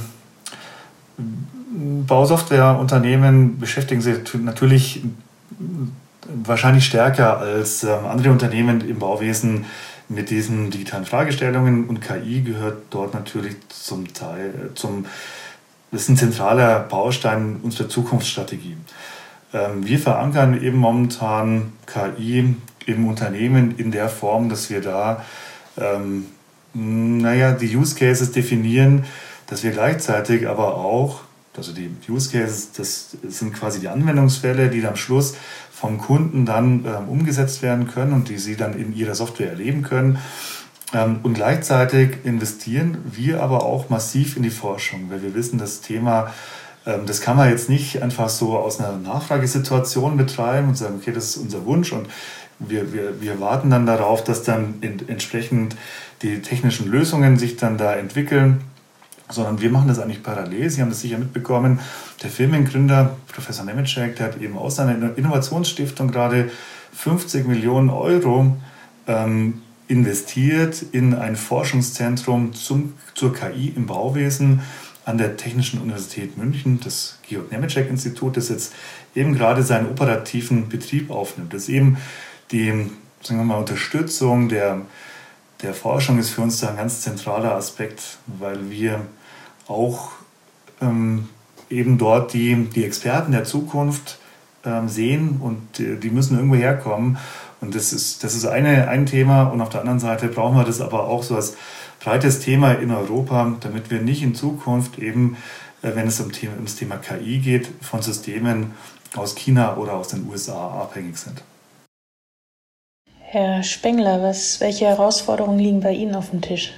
Bausoftwareunternehmen beschäftigen sich natürlich wahrscheinlich stärker als ähm, andere Unternehmen im Bauwesen mit diesen digitalen Fragestellungen, und K I gehört dort natürlich zum Teil zum, das ist ein zentraler Baustein unserer Zukunftsstrategie. Ähm, wir verankern eben momentan K I im Unternehmen in der Form, dass wir da ähm, naja, die Use Cases definieren, dass wir gleichzeitig aber auch, also die Use Cases, das sind quasi die Anwendungsfälle, die dann am Schluss vom Kunden dann ähm, umgesetzt werden können und die sie dann in ihrer Software erleben können. Ähm, und gleichzeitig investieren wir aber auch massiv in die Forschung, weil wir wissen, das Thema, ähm, das kann man jetzt nicht einfach so aus einer Nachfragesituation betreiben und sagen, okay, das ist unser Wunsch und wir, wir, wir warten dann darauf, dass dann in, entsprechend die technischen Lösungen sich dann da entwickeln, sondern wir machen das eigentlich parallel. Sie haben das sicher mitbekommen. Der Firmengründer, Professor Nemetschek, der hat eben aus seiner Innovationsstiftung gerade fünfzig Millionen Euro ähm, investiert in ein Forschungszentrum zum, zur K I im Bauwesen an der Technischen Universität München, das Georg-Nemetschek-Institut, das jetzt eben gerade seinen operativen Betrieb aufnimmt. Das ist eben die, sagen wir mal, Unterstützung der Der Forschung ist für uns da ein ganz zentraler Aspekt, weil wir auch ähm, eben dort die, die Experten der Zukunft ähm, sehen und die, die müssen irgendwo herkommen. Und das ist, das ist eine, ein Thema, und auf der anderen Seite brauchen wir das aber auch so als breites Thema in Europa, damit wir nicht in Zukunft eben, äh, wenn es um Thema, ums Thema K I geht, von Systemen aus China oder aus den U S A abhängig sind. Herr Spengler, was, welche Herausforderungen liegen bei Ihnen auf dem Tisch?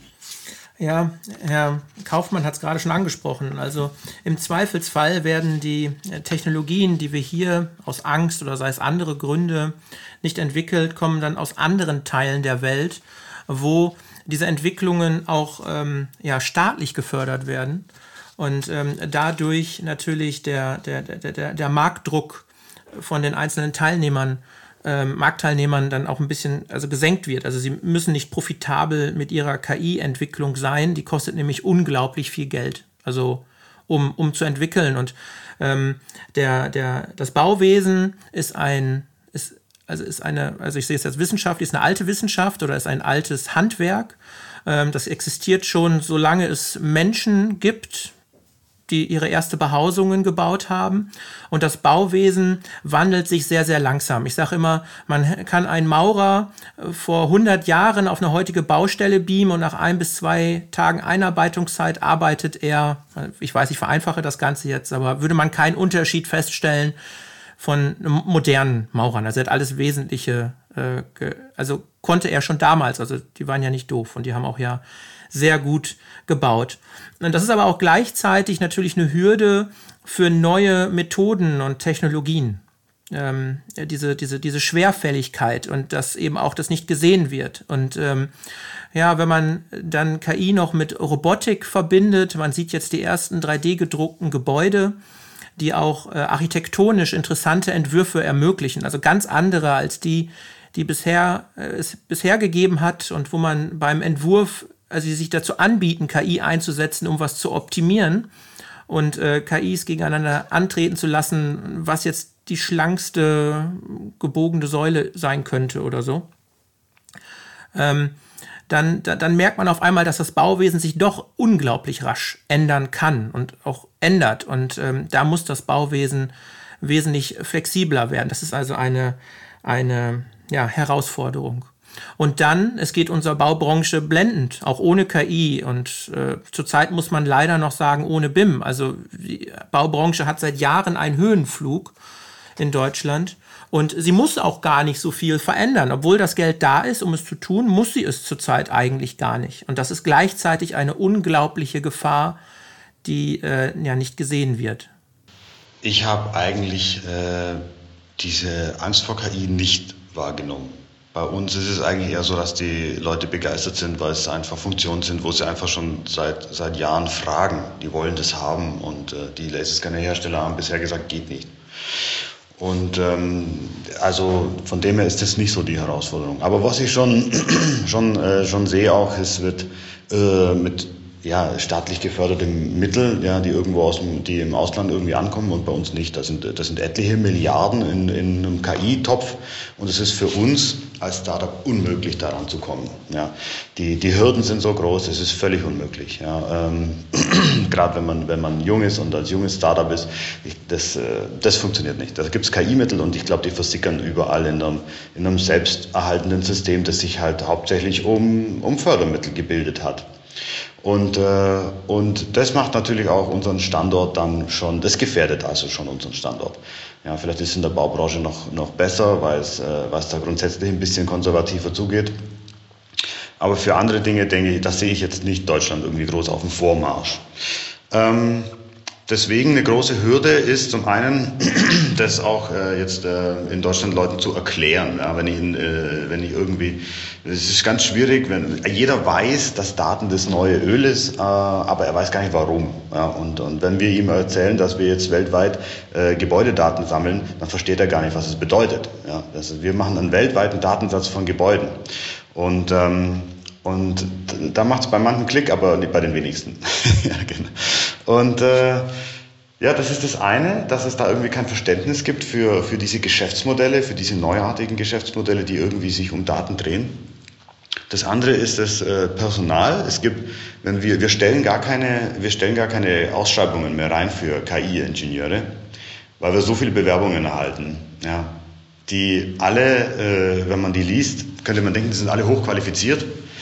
Ja, Herr Kaufmann hat es gerade schon angesprochen. Also im Zweifelsfall werden die Technologien, die wir hier aus Angst oder sei es andere Gründe nicht entwickelt, kommen dann aus anderen Teilen der Welt, wo diese Entwicklungen auch ähm, ja, staatlich gefördert werden und ähm, dadurch natürlich der, der, der, der, der Marktdruck von den einzelnen Teilnehmern Ähm, Marktteilnehmern dann auch ein bisschen also gesenkt wird. Also sie müssen nicht profitabel mit ihrer K I-Entwicklung sein, die kostet nämlich unglaublich viel Geld, also um, um zu entwickeln. Und ähm, der, der, das Bauwesen ist ein, ist, also ist eine, also ich sehe es als Wissenschaft, ist eine alte Wissenschaft oder ist ein altes Handwerk. Ähm, das existiert schon, solange es Menschen gibt, die ihre erste Behausungen gebaut haben. Und das Bauwesen wandelt sich sehr, sehr langsam. Ich sage immer, man kann einen Maurer vor hundert Jahren auf eine heutige Baustelle beamen und nach ein bis zwei Tagen Einarbeitungszeit arbeitet er, ich weiß, ich vereinfache das Ganze jetzt, aber würde man keinen Unterschied feststellen von modernen Maurern. Also er hat alles Wesentliche, äh, ge- also konnte er schon damals, also die waren ja nicht doof und die haben auch ja sehr gut gebaut. Und das ist aber auch gleichzeitig natürlich eine Hürde für neue Methoden und Technologien. Ähm, diese, diese, diese Schwerfälligkeit und dass eben auch das nicht gesehen wird. Und ähm, ja, wenn man dann K I noch mit Robotik verbindet, man sieht jetzt die ersten drei D gedruckten Gebäude, die auch äh, architektonisch interessante Entwürfe ermöglichen, also ganz andere als die, die bisher, äh, es bisher gegeben hat und wo man beim Entwurf, also die sich dazu anbieten, K I einzusetzen, um was zu optimieren und äh, K Is gegeneinander antreten zu lassen, was jetzt die schlankste gebogene Säule sein könnte oder so. Ähm, dann, da, dann merkt man auf einmal, dass das Bauwesen sich doch unglaublich rasch ändern kann und auch ändert. Und ähm, da muss das Bauwesen wesentlich flexibler werden. Das ist also eine, eine ja, Herausforderung. Und dann, es geht unserer Baubranche blendend, auch ohne K I. Und äh, zurzeit muss man leider noch sagen, ohne B I M. Also die Baubranche hat seit Jahren einen Höhenflug in Deutschland. Und sie muss auch gar nicht so viel verändern. Obwohl das Geld da ist, um es zu tun, muss sie es zurzeit eigentlich gar nicht. Und das ist gleichzeitig eine unglaubliche Gefahr, die äh, ja nicht gesehen wird. Ich habe eigentlich äh, diese Angst vor K I nicht wahrgenommen. Bei uns ist es eigentlich eher so, dass die Leute begeistert sind, weil es einfach Funktionen sind, wo sie einfach schon seit, seit Jahren fragen. Die wollen das haben und äh, die Laserscanner-Hersteller haben bisher gesagt, geht nicht. Und ähm, also von dem her ist das nicht so die Herausforderung. Aber was ich schon, schon, äh, schon sehe auch, es wird äh, mit ja, staatlich geförderte Mittel, ja, die irgendwo aus dem, die im Ausland irgendwie ankommen und bei uns nicht. Das sind, das sind etliche Milliarden in, in einem K I-Topf und es ist für uns als Startup unmöglich, daran zu kommen. Ja. Die, die Hürden sind so groß, es ist völlig unmöglich. Ja. Ähm, Gerade wenn man, wenn man jung ist und als junges Startup ist, ich, das, äh, das funktioniert nicht. Da gibt es K I-Mittel und ich glaube, die versickern überall in einem, in einem selbsterhaltenden System, das sich halt hauptsächlich um, um Fördermittel gebildet hat. Und, äh, und das macht natürlich auch unseren Standort dann schon, das gefährdet also schon unseren Standort. Ja, vielleicht ist es in der Baubranche noch, noch besser, weil es, äh, weil es da grundsätzlich ein bisschen konservativer zugeht. Aber für andere Dinge, denke ich, das sehe ich jetzt nicht Deutschland irgendwie groß auf dem Vormarsch. Ähm, Deswegen eine große Hürde ist zum einen, das auch äh, jetzt äh, in Deutschland Leuten zu erklären. Ja, wenn ich, äh, wenn ich irgendwie, es ist ganz schwierig, wenn jeder weiß, dass Daten das neue Öl ist, äh, aber er weiß gar nicht warum. Ja, und, und wenn wir ihm erzählen, dass wir jetzt weltweit äh, Gebäudedaten sammeln, dann versteht er gar nicht, was es bedeutet. Ja, das, wir machen einen weltweiten Datensatz von Gebäuden. Und ähm, Und da macht es bei manchen Klick, aber nicht bei den wenigsten. Ja, genau. Und äh, ja, das ist das eine, dass es da irgendwie kein Verständnis gibt für, für diese Geschäftsmodelle, für diese neuartigen Geschäftsmodelle, die irgendwie sich um Daten drehen. Das andere ist das äh, Personal. Es gibt, wenn wir, wir stellen gar keine, wir stellen gar keine Ausschreibungen mehr rein für K I-Ingenieure, weil wir so viele Bewerbungen erhalten. Ja, die alle, äh, wenn man die liest, könnte man denken, die sind alle hochqualifiziert.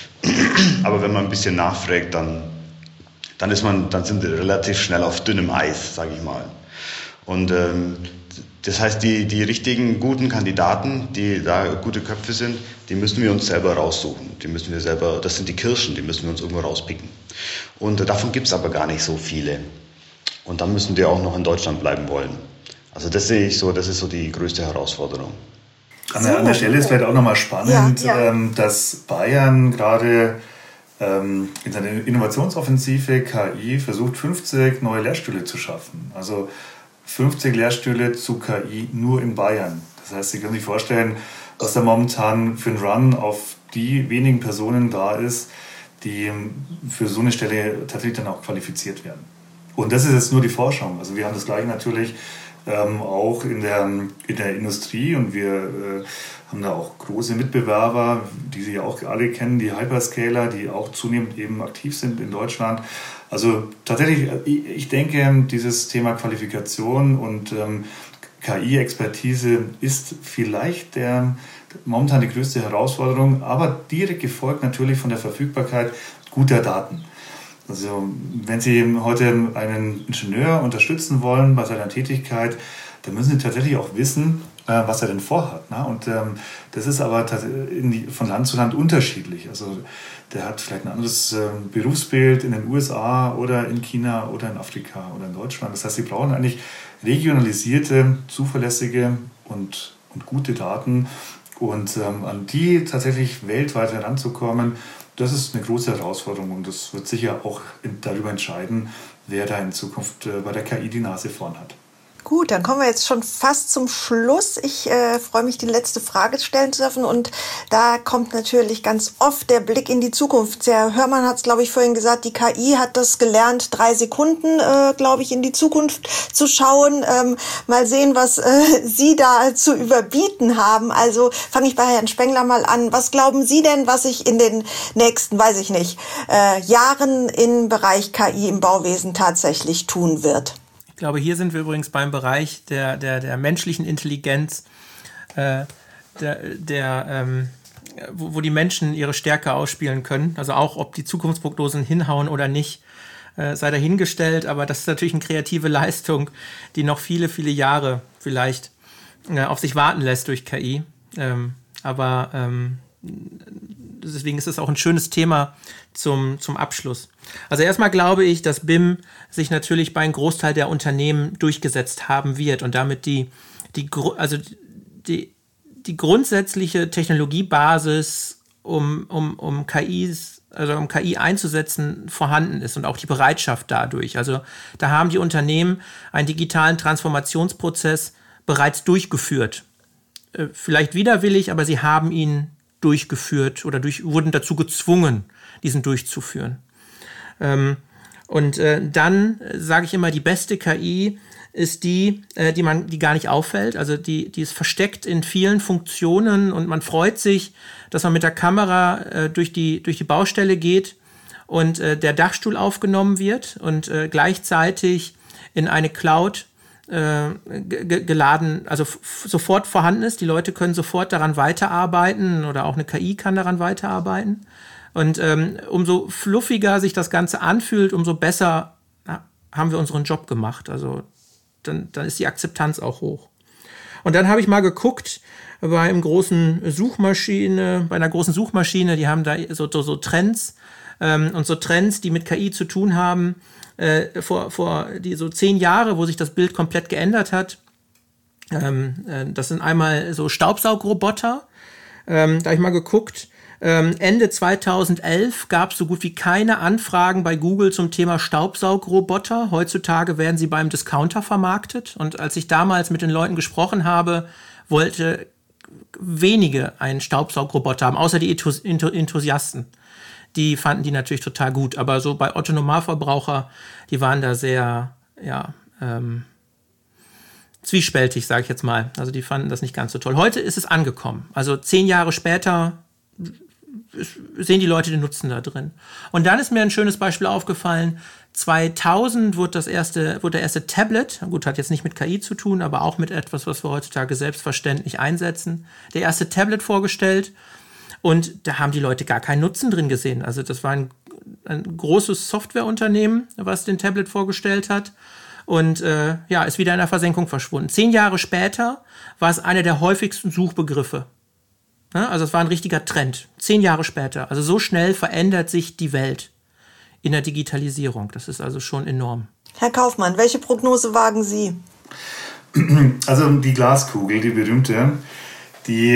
Aber wenn man ein bisschen nachfragt, dann, dann, ist man, dann sind wir relativ schnell auf dünnem Eis, sage ich mal. Und ähm, das heißt, die, die richtigen, guten Kandidaten, die da gute Köpfe sind, die müssen wir uns selber raussuchen. Die müssen wir selber, das sind die Kirschen, die müssen wir uns irgendwo rauspicken. Und äh, davon gibt es aber gar nicht so viele. Und dann müssen die auch noch in Deutschland bleiben wollen. Also das sehe ich so, das ist so die größte Herausforderung. An der, an der Stelle ist vielleicht auch nochmal spannend, ja, ja. Ähm, dass Bayern gerade ähm, in seiner Innovationsoffensive K I versucht, fünfzig neue Lehrstühle zu schaffen. Also fünfzig Lehrstühle zu K I nur in Bayern. Das heißt, Sie können sich vorstellen, was da momentan für ein Run auf die wenigen Personen da ist, die für so eine Stelle tatsächlich dann auch qualifiziert werden. Und das ist jetzt nur die Forschung. Also wir haben das Gleiche natürlich Ähm, auch in der, in der Industrie und wir äh, haben da auch große Mitbewerber, die Sie auch alle kennen, die Hyperscaler, die auch zunehmend eben aktiv sind in Deutschland. Also tatsächlich, ich denke, dieses Thema Qualifikation und ähm, K I-Expertise ist vielleicht der, momentan die größte Herausforderung, aber direkt gefolgt natürlich von der Verfügbarkeit guter Daten. Also wenn Sie heute einen Ingenieur unterstützen wollen bei seiner Tätigkeit, dann müssen Sie tatsächlich auch wissen, was er denn vorhat. Ne? Und ähm, das ist aber in die, von Land zu Land unterschiedlich. Also der hat vielleicht ein anderes äh, Berufsbild in den U S A oder in China oder in Afrika oder in Deutschland. Das heißt, Sie brauchen eigentlich regionalisierte, zuverlässige und, und gute Daten. Und ähm, an die tatsächlich weltweit heranzukommen, das ist eine große Herausforderung und das wird sicher auch darüber entscheiden, wer da in Zukunft bei der K I die Nase vorn hat. Gut, dann kommen wir jetzt schon fast zum Schluss. Ich äh, freue mich, die letzte Frage stellen zu dürfen. Und da kommt natürlich ganz oft der Blick in die Zukunft. Herr Hörmann hat es, glaube ich, vorhin gesagt, die K I hat das gelernt, drei Sekunden, äh, glaube ich, in die Zukunft zu schauen. Ähm, mal sehen, was äh, Sie da zu überbieten haben. Also fange ich bei Herrn Spengler mal an. Was glauben Sie denn, was sich in den nächsten, weiß ich nicht, äh, Jahren im Bereich K I im Bauwesen tatsächlich tun wird? Ich glaube, hier sind wir übrigens beim Bereich der, der, der menschlichen Intelligenz. Äh, der, der ähm, wo, wo die Menschen ihre Stärke ausspielen können. Also auch, ob die Zukunftsprognosen hinhauen oder nicht, äh, sei dahingestellt. Aber das ist natürlich eine kreative Leistung, die noch viele, viele Jahre vielleicht äh, auf sich warten lässt durch K I. Ähm, aber ähm, deswegen ist es auch ein schönes Thema zum, zum Abschluss. Also erstmal glaube ich, dass B I M sich natürlich bei einem Großteil der Unternehmen durchgesetzt haben wird und damit die, die, also die, die grundsätzliche Technologiebasis, um, um, um K Is, also um K I einzusetzen, vorhanden ist und auch die Bereitschaft dadurch. Also da haben die Unternehmen einen digitalen Transformationsprozess bereits durchgeführt. Vielleicht widerwillig, aber sie haben ihn durchgeführt oder durch, wurden dazu gezwungen, diesen durchzuführen. Ähm, und äh, dann äh, sage ich immer, die beste K I ist die, äh, die man, die gar nicht auffällt. Also die, die ist versteckt in vielen Funktionen und man freut sich, dass man mit der Kamera äh, durch die, durch die Baustelle geht und äh, der Dachstuhl aufgenommen wird und äh, gleichzeitig in eine Cloud G- geladen, also f- sofort vorhanden ist. Die Leute können sofort daran weiterarbeiten oder auch eine K I kann daran weiterarbeiten. Und ähm, umso fluffiger sich das Ganze anfühlt, umso besser na, haben wir unseren Job gemacht. Also dann, dann ist die Akzeptanz auch hoch. Und dann habe ich mal geguckt bei einem großen Suchmaschine, bei einer großen Suchmaschine, die haben da so, so, so Trends ähm, und so Trends, die mit K I zu tun haben. Äh, vor, vor die so zehn Jahre, wo sich das Bild komplett geändert hat. Ähm, äh, das sind einmal so Staubsaugroboter. Ähm, da habe ich mal geguckt. Ähm, Ende zweitausendelf gab es so gut wie keine Anfragen bei Google zum Thema Staubsaugroboter. Heutzutage werden sie beim Discounter vermarktet. Und als ich damals mit den Leuten gesprochen habe, wollte wenige einen Staubsaugroboter haben, außer die Enthusiasten. Die fanden die natürlich total gut. Aber so bei Otto-Normalverbraucher, die waren da sehr, ja, ähm, zwiespältig, sage ich jetzt mal. Also die fanden das nicht ganz so toll. Heute ist es angekommen. Also zehn Jahre später sehen die Leute den Nutzen da drin. Und dann ist mir ein schönes Beispiel aufgefallen. zweitausend wurde, das erste, wurde der erste Tablet, gut, hat jetzt nicht mit K I zu tun, aber auch mit etwas, was wir heutzutage selbstverständlich einsetzen, der erste Tablet vorgestellt. Und da haben die Leute gar keinen Nutzen drin gesehen. Also das war ein, ein großes Softwareunternehmen, was den Tablet vorgestellt hat. Und äh, ja, ist wieder in der Versenkung verschwunden. Zehn Jahre später war es einer der häufigsten Suchbegriffe. Ja, also es war ein richtiger Trend. Zehn Jahre später. Also so schnell verändert sich die Welt in der Digitalisierung. Das ist also schon enorm. Herr Kaufmann, welche Prognose wagen Sie? Also die Glaskugel, die berühmte, die...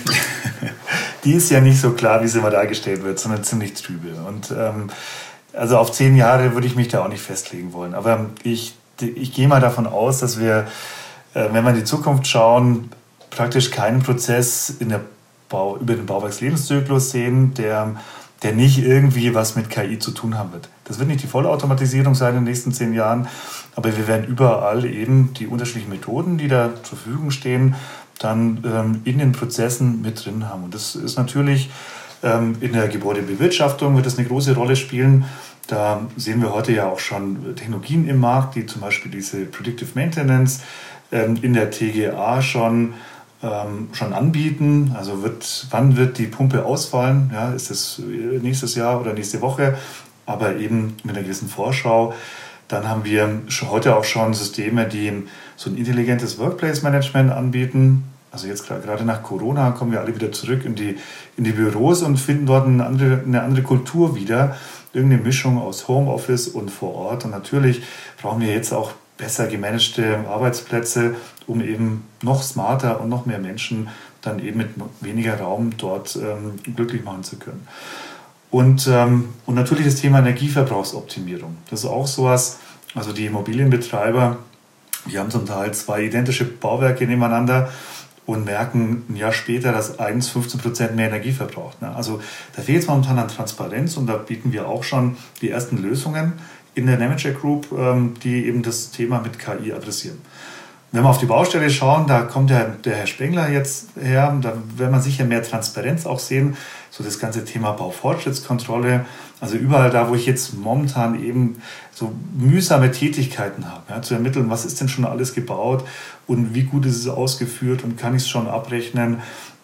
die ist ja nicht so klar, wie sie immer dargestellt wird, sondern ziemlich trübe. Und ähm, also auf zehn Jahre würde ich mich da auch nicht festlegen wollen. Aber ich, ich gehe mal davon aus, dass wir, äh, wenn wir in die Zukunft schauen, praktisch keinen Prozess in der Bau, über den Bauwerkslebenszyklus sehen, der, der nicht irgendwie was mit K I zu tun haben wird. Das wird nicht die Vollautomatisierung sein in den nächsten zehn Jahren, aber wir werden überall eben die unterschiedlichen Methoden, die da zur Verfügung stehen, dann ähm, in den Prozessen mit drin haben. Und das ist natürlich ähm, in der Gebäudebewirtschaftung wird das eine große Rolle spielen. Da sehen wir heute ja auch schon Technologien im Markt, die zum Beispiel diese Predictive Maintenance ähm, in der T G A schon, ähm, schon anbieten. Also wird, wann wird die Pumpe ausfallen? Ja, ist das nächstes Jahr oder nächste Woche? Aber eben mit einer gewissen Vorschau. Dann haben wir heute auch schon Systeme, die so ein intelligentes Workplace-Management anbieten. Also jetzt gerade nach Corona kommen wir alle wieder zurück in die, in die Büros und finden dort eine andere, eine andere Kultur wieder. Irgendeine Mischung aus Homeoffice und vor Ort. Und natürlich brauchen wir jetzt auch besser gemanagte Arbeitsplätze, um eben noch smarter und noch mehr Menschen dann eben mit weniger Raum dort ähm, glücklich machen zu können. Und, ähm, und natürlich das Thema Energieverbrauchsoptimierung. Das ist auch sowas, also die Immobilienbetreiber, die haben zum Teil zwei identische Bauwerke nebeneinander und merken ein Jahr später, dass eins fünfzehn Prozent mehr Energie verbraucht. Da fehlt es momentan an Transparenz und da bieten wir auch schon die ersten Lösungen in der Nemetschek Group, die eben das Thema mit K I adressieren. Wenn wir auf die Baustelle schauen, da kommt der, der Herr Spengler jetzt her, da wird man sicher mehr Transparenz auch sehen, so das ganze Thema Baufortschrittskontrolle, also überall da, wo ich jetzt momentan eben so mühsame Tätigkeiten habe, ja, zu ermitteln, was ist denn schon alles gebaut und wie gut ist es ausgeführt und kann ich es schon abrechnen,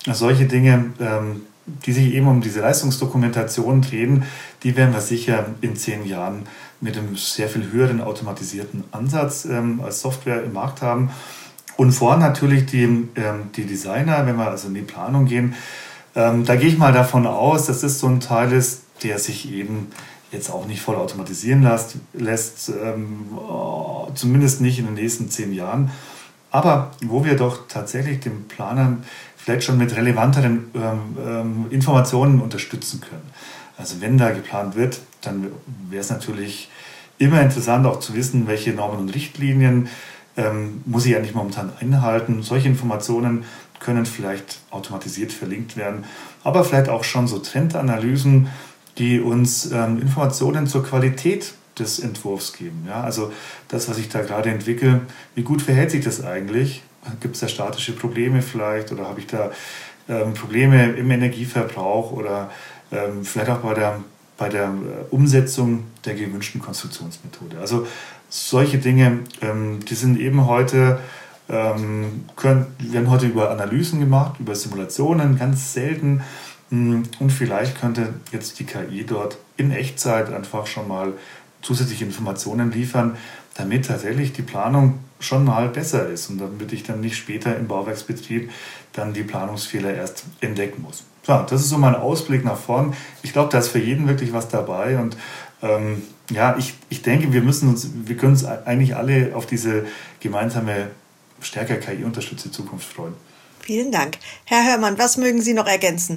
solche Dinge, ähm, die sich eben um diese Leistungsdokumentation drehen, die werden wir sicher in zehn Jahren mit einem sehr viel höheren automatisierten Ansatz ähm, als Software im Markt haben. Und vorn natürlich die, ähm, die Designer, wenn wir also in die Planung gehen, ähm, da gehe ich mal davon aus, dass das so ein Teil ist, der sich eben jetzt auch nicht voll automatisieren lässt, lässt ähm, oh, zumindest nicht in den nächsten zehn Jahren. Aber wo wir doch tatsächlich den Planern vielleicht schon mit relevanteren ähm, ähm, Informationen unterstützen können. Also wenn da geplant wird, dann wäre es natürlich immer interessant auch zu wissen, welche Normen und Richtlinien ähm, muss ich eigentlich momentan einhalten. Solche Informationen können vielleicht automatisiert verlinkt werden, aber vielleicht auch schon so Trendanalysen, die uns ähm, Informationen zur Qualität des Entwurfs geben. Ja, also das, was ich da gerade entwickle, wie gut verhält sich das eigentlich? Gibt es da statische Probleme vielleicht oder habe ich da ähm, Probleme im Energieverbrauch oder ähm, vielleicht auch bei der, bei der Umsetzung der gewünschten Konstruktionsmethode? Also solche Dinge, ähm, die sind eben heute, ähm, können, werden heute über Analysen gemacht, über Simulationen, ganz selten. Und vielleicht könnte jetzt die K I dort in Echtzeit einfach schon mal zusätzliche Informationen liefern, damit tatsächlich die Planung schon mal besser ist und damit ich dann nicht später im Bauwerksbetrieb dann die Planungsfehler erst entdecken muss. So, das ist so mein Ausblick nach vorn. Ich glaube, da ist für jeden wirklich was dabei und ähm, ja, ich, ich denke, wir müssen uns, wir können uns eigentlich alle auf diese gemeinsame, stärker K I-unterstützte Zukunft freuen. Vielen Dank. Herr Hörmann, was mögen Sie noch ergänzen?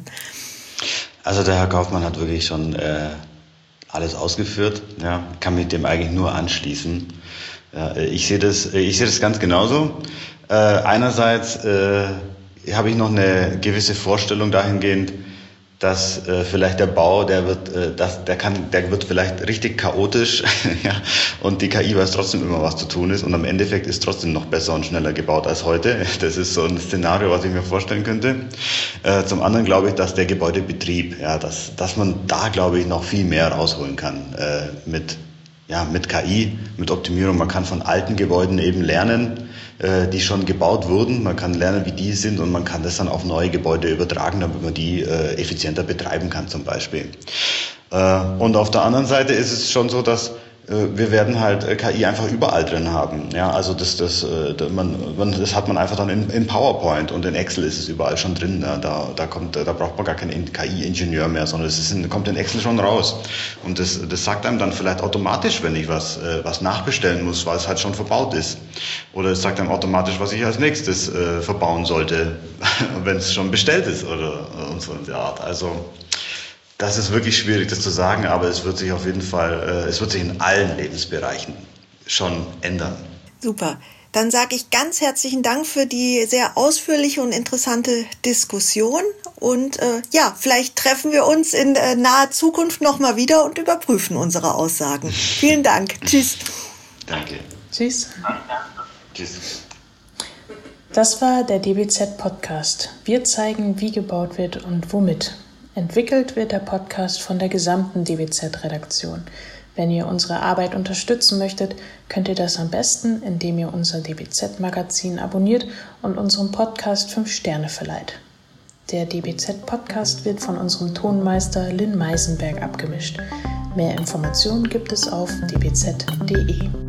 Also der Herr Kaufmann hat wirklich schon äh, alles ausgeführt. Ja, kann mich dem eigentlich nur anschließen. Ja, ich sehe das, ich sehe das ganz genauso. Äh, einerseits äh, habe ich noch eine gewisse Vorstellung dahingehend, dass äh, vielleicht der Bau, der wird, äh, das, der kann, der wird vielleicht richtig chaotisch, ja, und die K I weiß trotzdem immer, was zu tun ist, und am Endeffekt ist trotzdem noch besser und schneller gebaut als heute. Das ist so ein Szenario, was ich mir vorstellen könnte. Äh, zum anderen glaube ich, dass der Gebäudebetrieb, ja, dass, dass man da, glaube ich, noch viel mehr rausholen kann äh, mit, ja, mit K I, mit Optimierung. Man kann von alten Gebäuden eben lernen, äh, die schon gebaut wurden. Man kann lernen, wie die sind, und man kann das dann auf neue Gebäude übertragen, damit man die äh, effizienter betreiben kann zum Beispiel. Äh, und auf der anderen Seite ist es schon so, dass äh, wir werden halt äh, K I einfach überall drin haben. Ja, also das, das, äh, man, man, das hat man einfach dann in, in PowerPoint, und in Excel ist es überall schon drin. Ja, da, da, kommt, da braucht man gar keinen K I-Ingenieur mehr, sondern es ist in, kommt in Excel schon raus. Und das, das sagt einem dann vielleicht automatisch, wenn ich was, äh, was nachbestellen muss, weil es halt schon verbaut ist. Oder es sagt einem automatisch, was ich als nächstes äh, verbauen sollte, wenn es schon bestellt ist, oder und so in der Art. Also das ist wirklich schwierig, das zu sagen, aber es wird sich auf jeden Fall, äh, es wird sich in allen Lebensbereichen schon ändern. Super. Dann sage ich ganz herzlichen Dank für die sehr ausführliche und interessante Diskussion. Und äh, ja, vielleicht treffen wir uns in äh, naher Zukunft nochmal wieder und überprüfen unsere Aussagen. Vielen Dank. Tschüss. Danke. Tschüss. Tschüss. Das war der D B Z-Podcast. Wir zeigen, wie gebaut wird und womit. Entwickelt wird der Podcast von der gesamten D B Z-Redaktion. Wenn ihr unsere Arbeit unterstützen möchtet, könnt ihr das am besten, indem ihr unser D B Z-Magazin abonniert und unserem Podcast fünf Sterne verleiht. Der D B Z-Podcast wird von unserem Tonmeister Lynn Meisenberg abgemischt. Mehr Informationen gibt es auf d b z punkt d e.